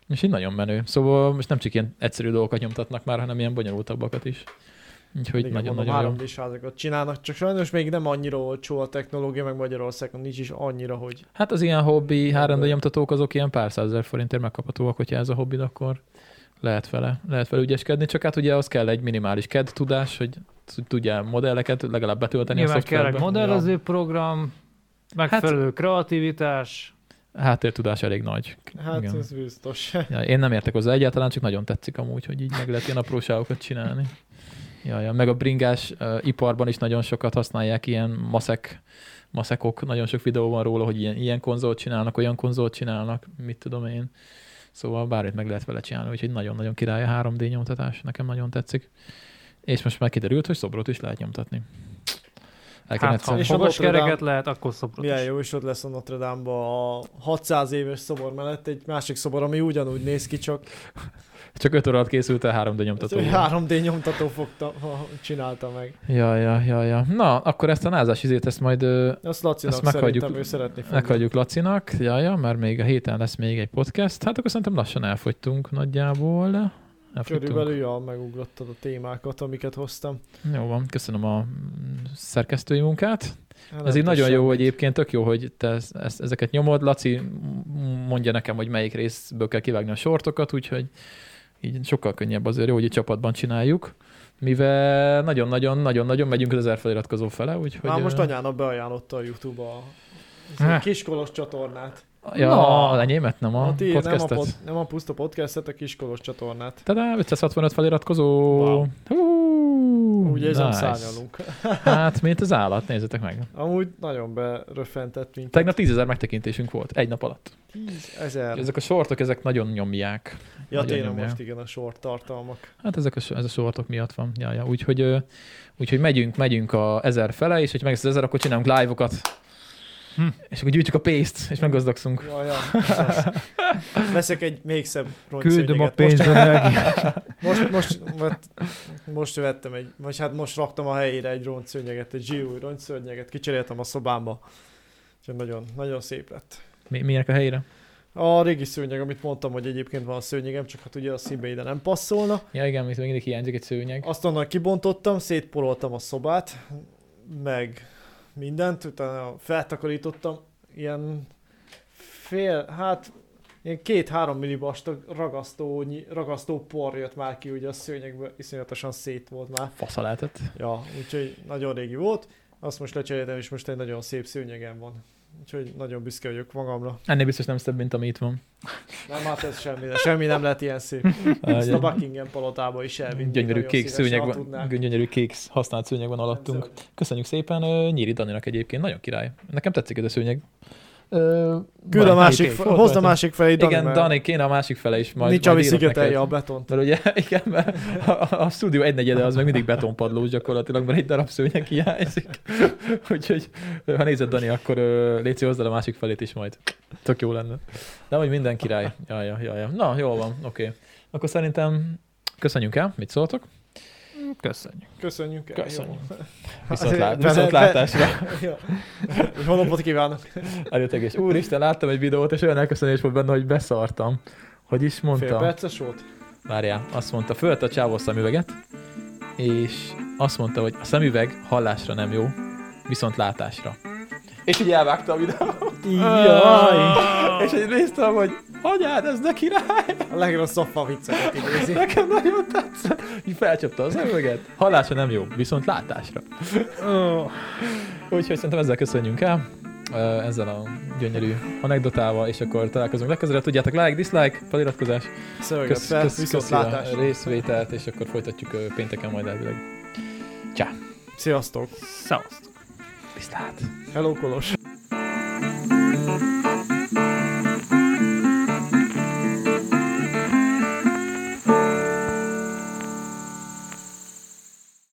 És így nagyon menő. Szóval most nem csak ilyen egyszerű dolgokat nyomtatnak már, hanem ilyen bonyolultabbakat is. Úgyhogy nagyon-nagyon jó. 3D-s házakat csinálnak, csak sajnos még nem annyira olcsó a technológia, meg Magyarországon nincs is annyira, hogy... Hát az ilyen hobbi 3D nyomtatók azok ilyen pár százezer forintért megkaphatóak, hogyha ez a hobbid, akkor lehet vele ügyeskedni, csak hát ugye az kell egy minimális CAD tudás, hogy tudjál modelleket legalább betölteni nyilván a szoftverbe. kell egy modellező program, megfelelő kreativitás. Háttértudás elég nagy. Hát igen. Ez biztos. Ja, én nem értek hozzá egyáltalán, csak nagyon tetszik amúgy, hogy így meg lehet ilyen apróságokat csinálni. Ja, meg a bringás iparban is nagyon sokat használják ilyen maszekok, nagyon sok videó van róla, hogy ilyen konzolt csinálnak, olyan konzolt csinálnak, mit tudom én. Szóval bármit meg lehet vele csinálni, úgyhogy nagyon-nagyon király a 3D nyomtatás, nekem nagyon tetszik. És most már kiderült, hogy szobrot is lehet nyomtatni. Hát, ha fogaskereket lehet, akkor szobrot milyen is. jó, és ott lesz a Notre Dame-ba a 600 éves szobor mellett egy másik szobor, ami ugyanúgy néz ki, csak 5 óra alatt készült el 3D nyomtató. 3D nyomtató csinálta meg. Ja. Na, akkor ezt a názás izét, ezt majd azt Lacinak szerintem ő szeretni fogja. Meghagyjuk Lacinak, mert még a héten lesz még egy podcast. Hát akkor szerintem lassan elfogytunk nagyjából. Körülbelül megugrottad a témákat, amiket hoztam. Jó van, köszönöm a szerkesztői munkát. Ez így nagyon jó, egyébként tök jó, hogy te ezeket nyomod. Laci mondja nekem, hogy melyik részből kell kivágni a sortokat, úgyhogy így sokkal könnyebb azért jó, hogy csapatban csináljuk, mivel nagyon-nagyon megyünk az 1000 feliratkozó fele, úgyhogy... Már most anyának beajánlotta a YouTube a Kiskolos csatornát. Ja, az enyémet, nem a podcastet. Nem a puszta podcastet, a Kiskolos csatornát. Tehát 565 feliratkozó. Wow. Úgy érzem, szárnyalunk. Hát, mint az állat, nézzetek meg. Amúgy nagyon beröffentett minket. Tegnap 10 000 megtekintésünk volt, egy nap alatt. 10 000. Ezek a sortok, ezek nagyon nyomják. Ja, tényleg most igen, a short tartalmak. Hát ez a sortok miatt van. Ja. Úgyhogy megyünk a 1000 fele, és hogyha meg az 1000, akkor csinálunk live-okat. És akkor gyűjtjük a pénzt, és meggazdagszunk. Ja. Veszek egy még szebb rongyszőnyeget. Küldöm a pénzt. Most vettem most raktam a helyére egy rongyszőnyeget, egy zsíúj rongyszőnyeget, kicseréltem a szobámba. Úgyhogy nagyon, nagyon szép lett. Milyenek a helyére? A régi szőnyeg, amit mondtam, hogy egyébként van a szőnyegem, csak hát ugye a színbe ide nem passzolna. Ja igen, még mindig hiányzik egy szőnyeg. Azt onnan kibontottam, szétporoltam a szobát, meg mindent, utána feltakarítottam, ilyen ilyen 2-3 millibastag ragasztó por jött már ki ugye a szőnyegből, iszonyatosan szét volt már. Fasza lehetett. Ja, úgyhogy nagyon régi volt. Azt most lecseréltem, és most egy nagyon szép szőnyegem van. Úgyhogy nagyon büszke vagyok magamra. Ennél biztos nem szebb, mint ami itt van. Nem, hát ez semmi nem lett ilyen szép. Ezt a Buckingham palotába is elvinni. Gyönyörű kék szőnyeg van, gyönyörű kék használt szőnyeg van alattunk. Köszönjük szépen Nyíri Daninak egyébként, nagyon király. Nekem tetszik ez a szőnyeg. Küld a másik, hozd a másik felé, Dani. Igen, Dani, kéne a másik fele is. Nincs, ami szigetelje a betont. Mert ugye, igen, mert a stúdió 1/4 az meg mindig betonpadlós gyakorlatilag, mert egy darab szőnyeg hiányzik. Úgyhogy, ha nézed, Dani, akkor légy hozzá a másik felét is majd. Tök jó lenne. De hogy minden király. Ja. Na, jól van, oké. Akkor szerintem köszönjünk el, mit szóltok? Köszönjük el. Viszontlátásra. Jó napot kívánok. Előtegés. Úristen, láttam egy videót, és olyan elköszönés volt benne, hogy beszartam. Hogy is mondta? Fél perces volt? Várjál, azt mondta, fölött a csávó szemüveget, és azt mondta, hogy a szemüveg hallásra nem jó, viszont látásra. És így elvágta a videót. Jaj! És így néztem, hogy anyád, ez de király! A legrosszabb fa vicceket idézi. Nekem nagyon tetszett. Így felcsapta a szemüveget. Hallásra nem jó, viszont látásra. Úgyhogy szerintem ezzel köszönjünk el. Ezzel a gyönyörű anekdotával, és akkor találkozunk legközelebb. Tudjátok, like, dislike, feliratkozás. Köszi a részvételt, és akkor folytatjuk pénteken majd elvileg. Csá! Sziasztok! Szevasztok! Viszlát! Hello, Kolos!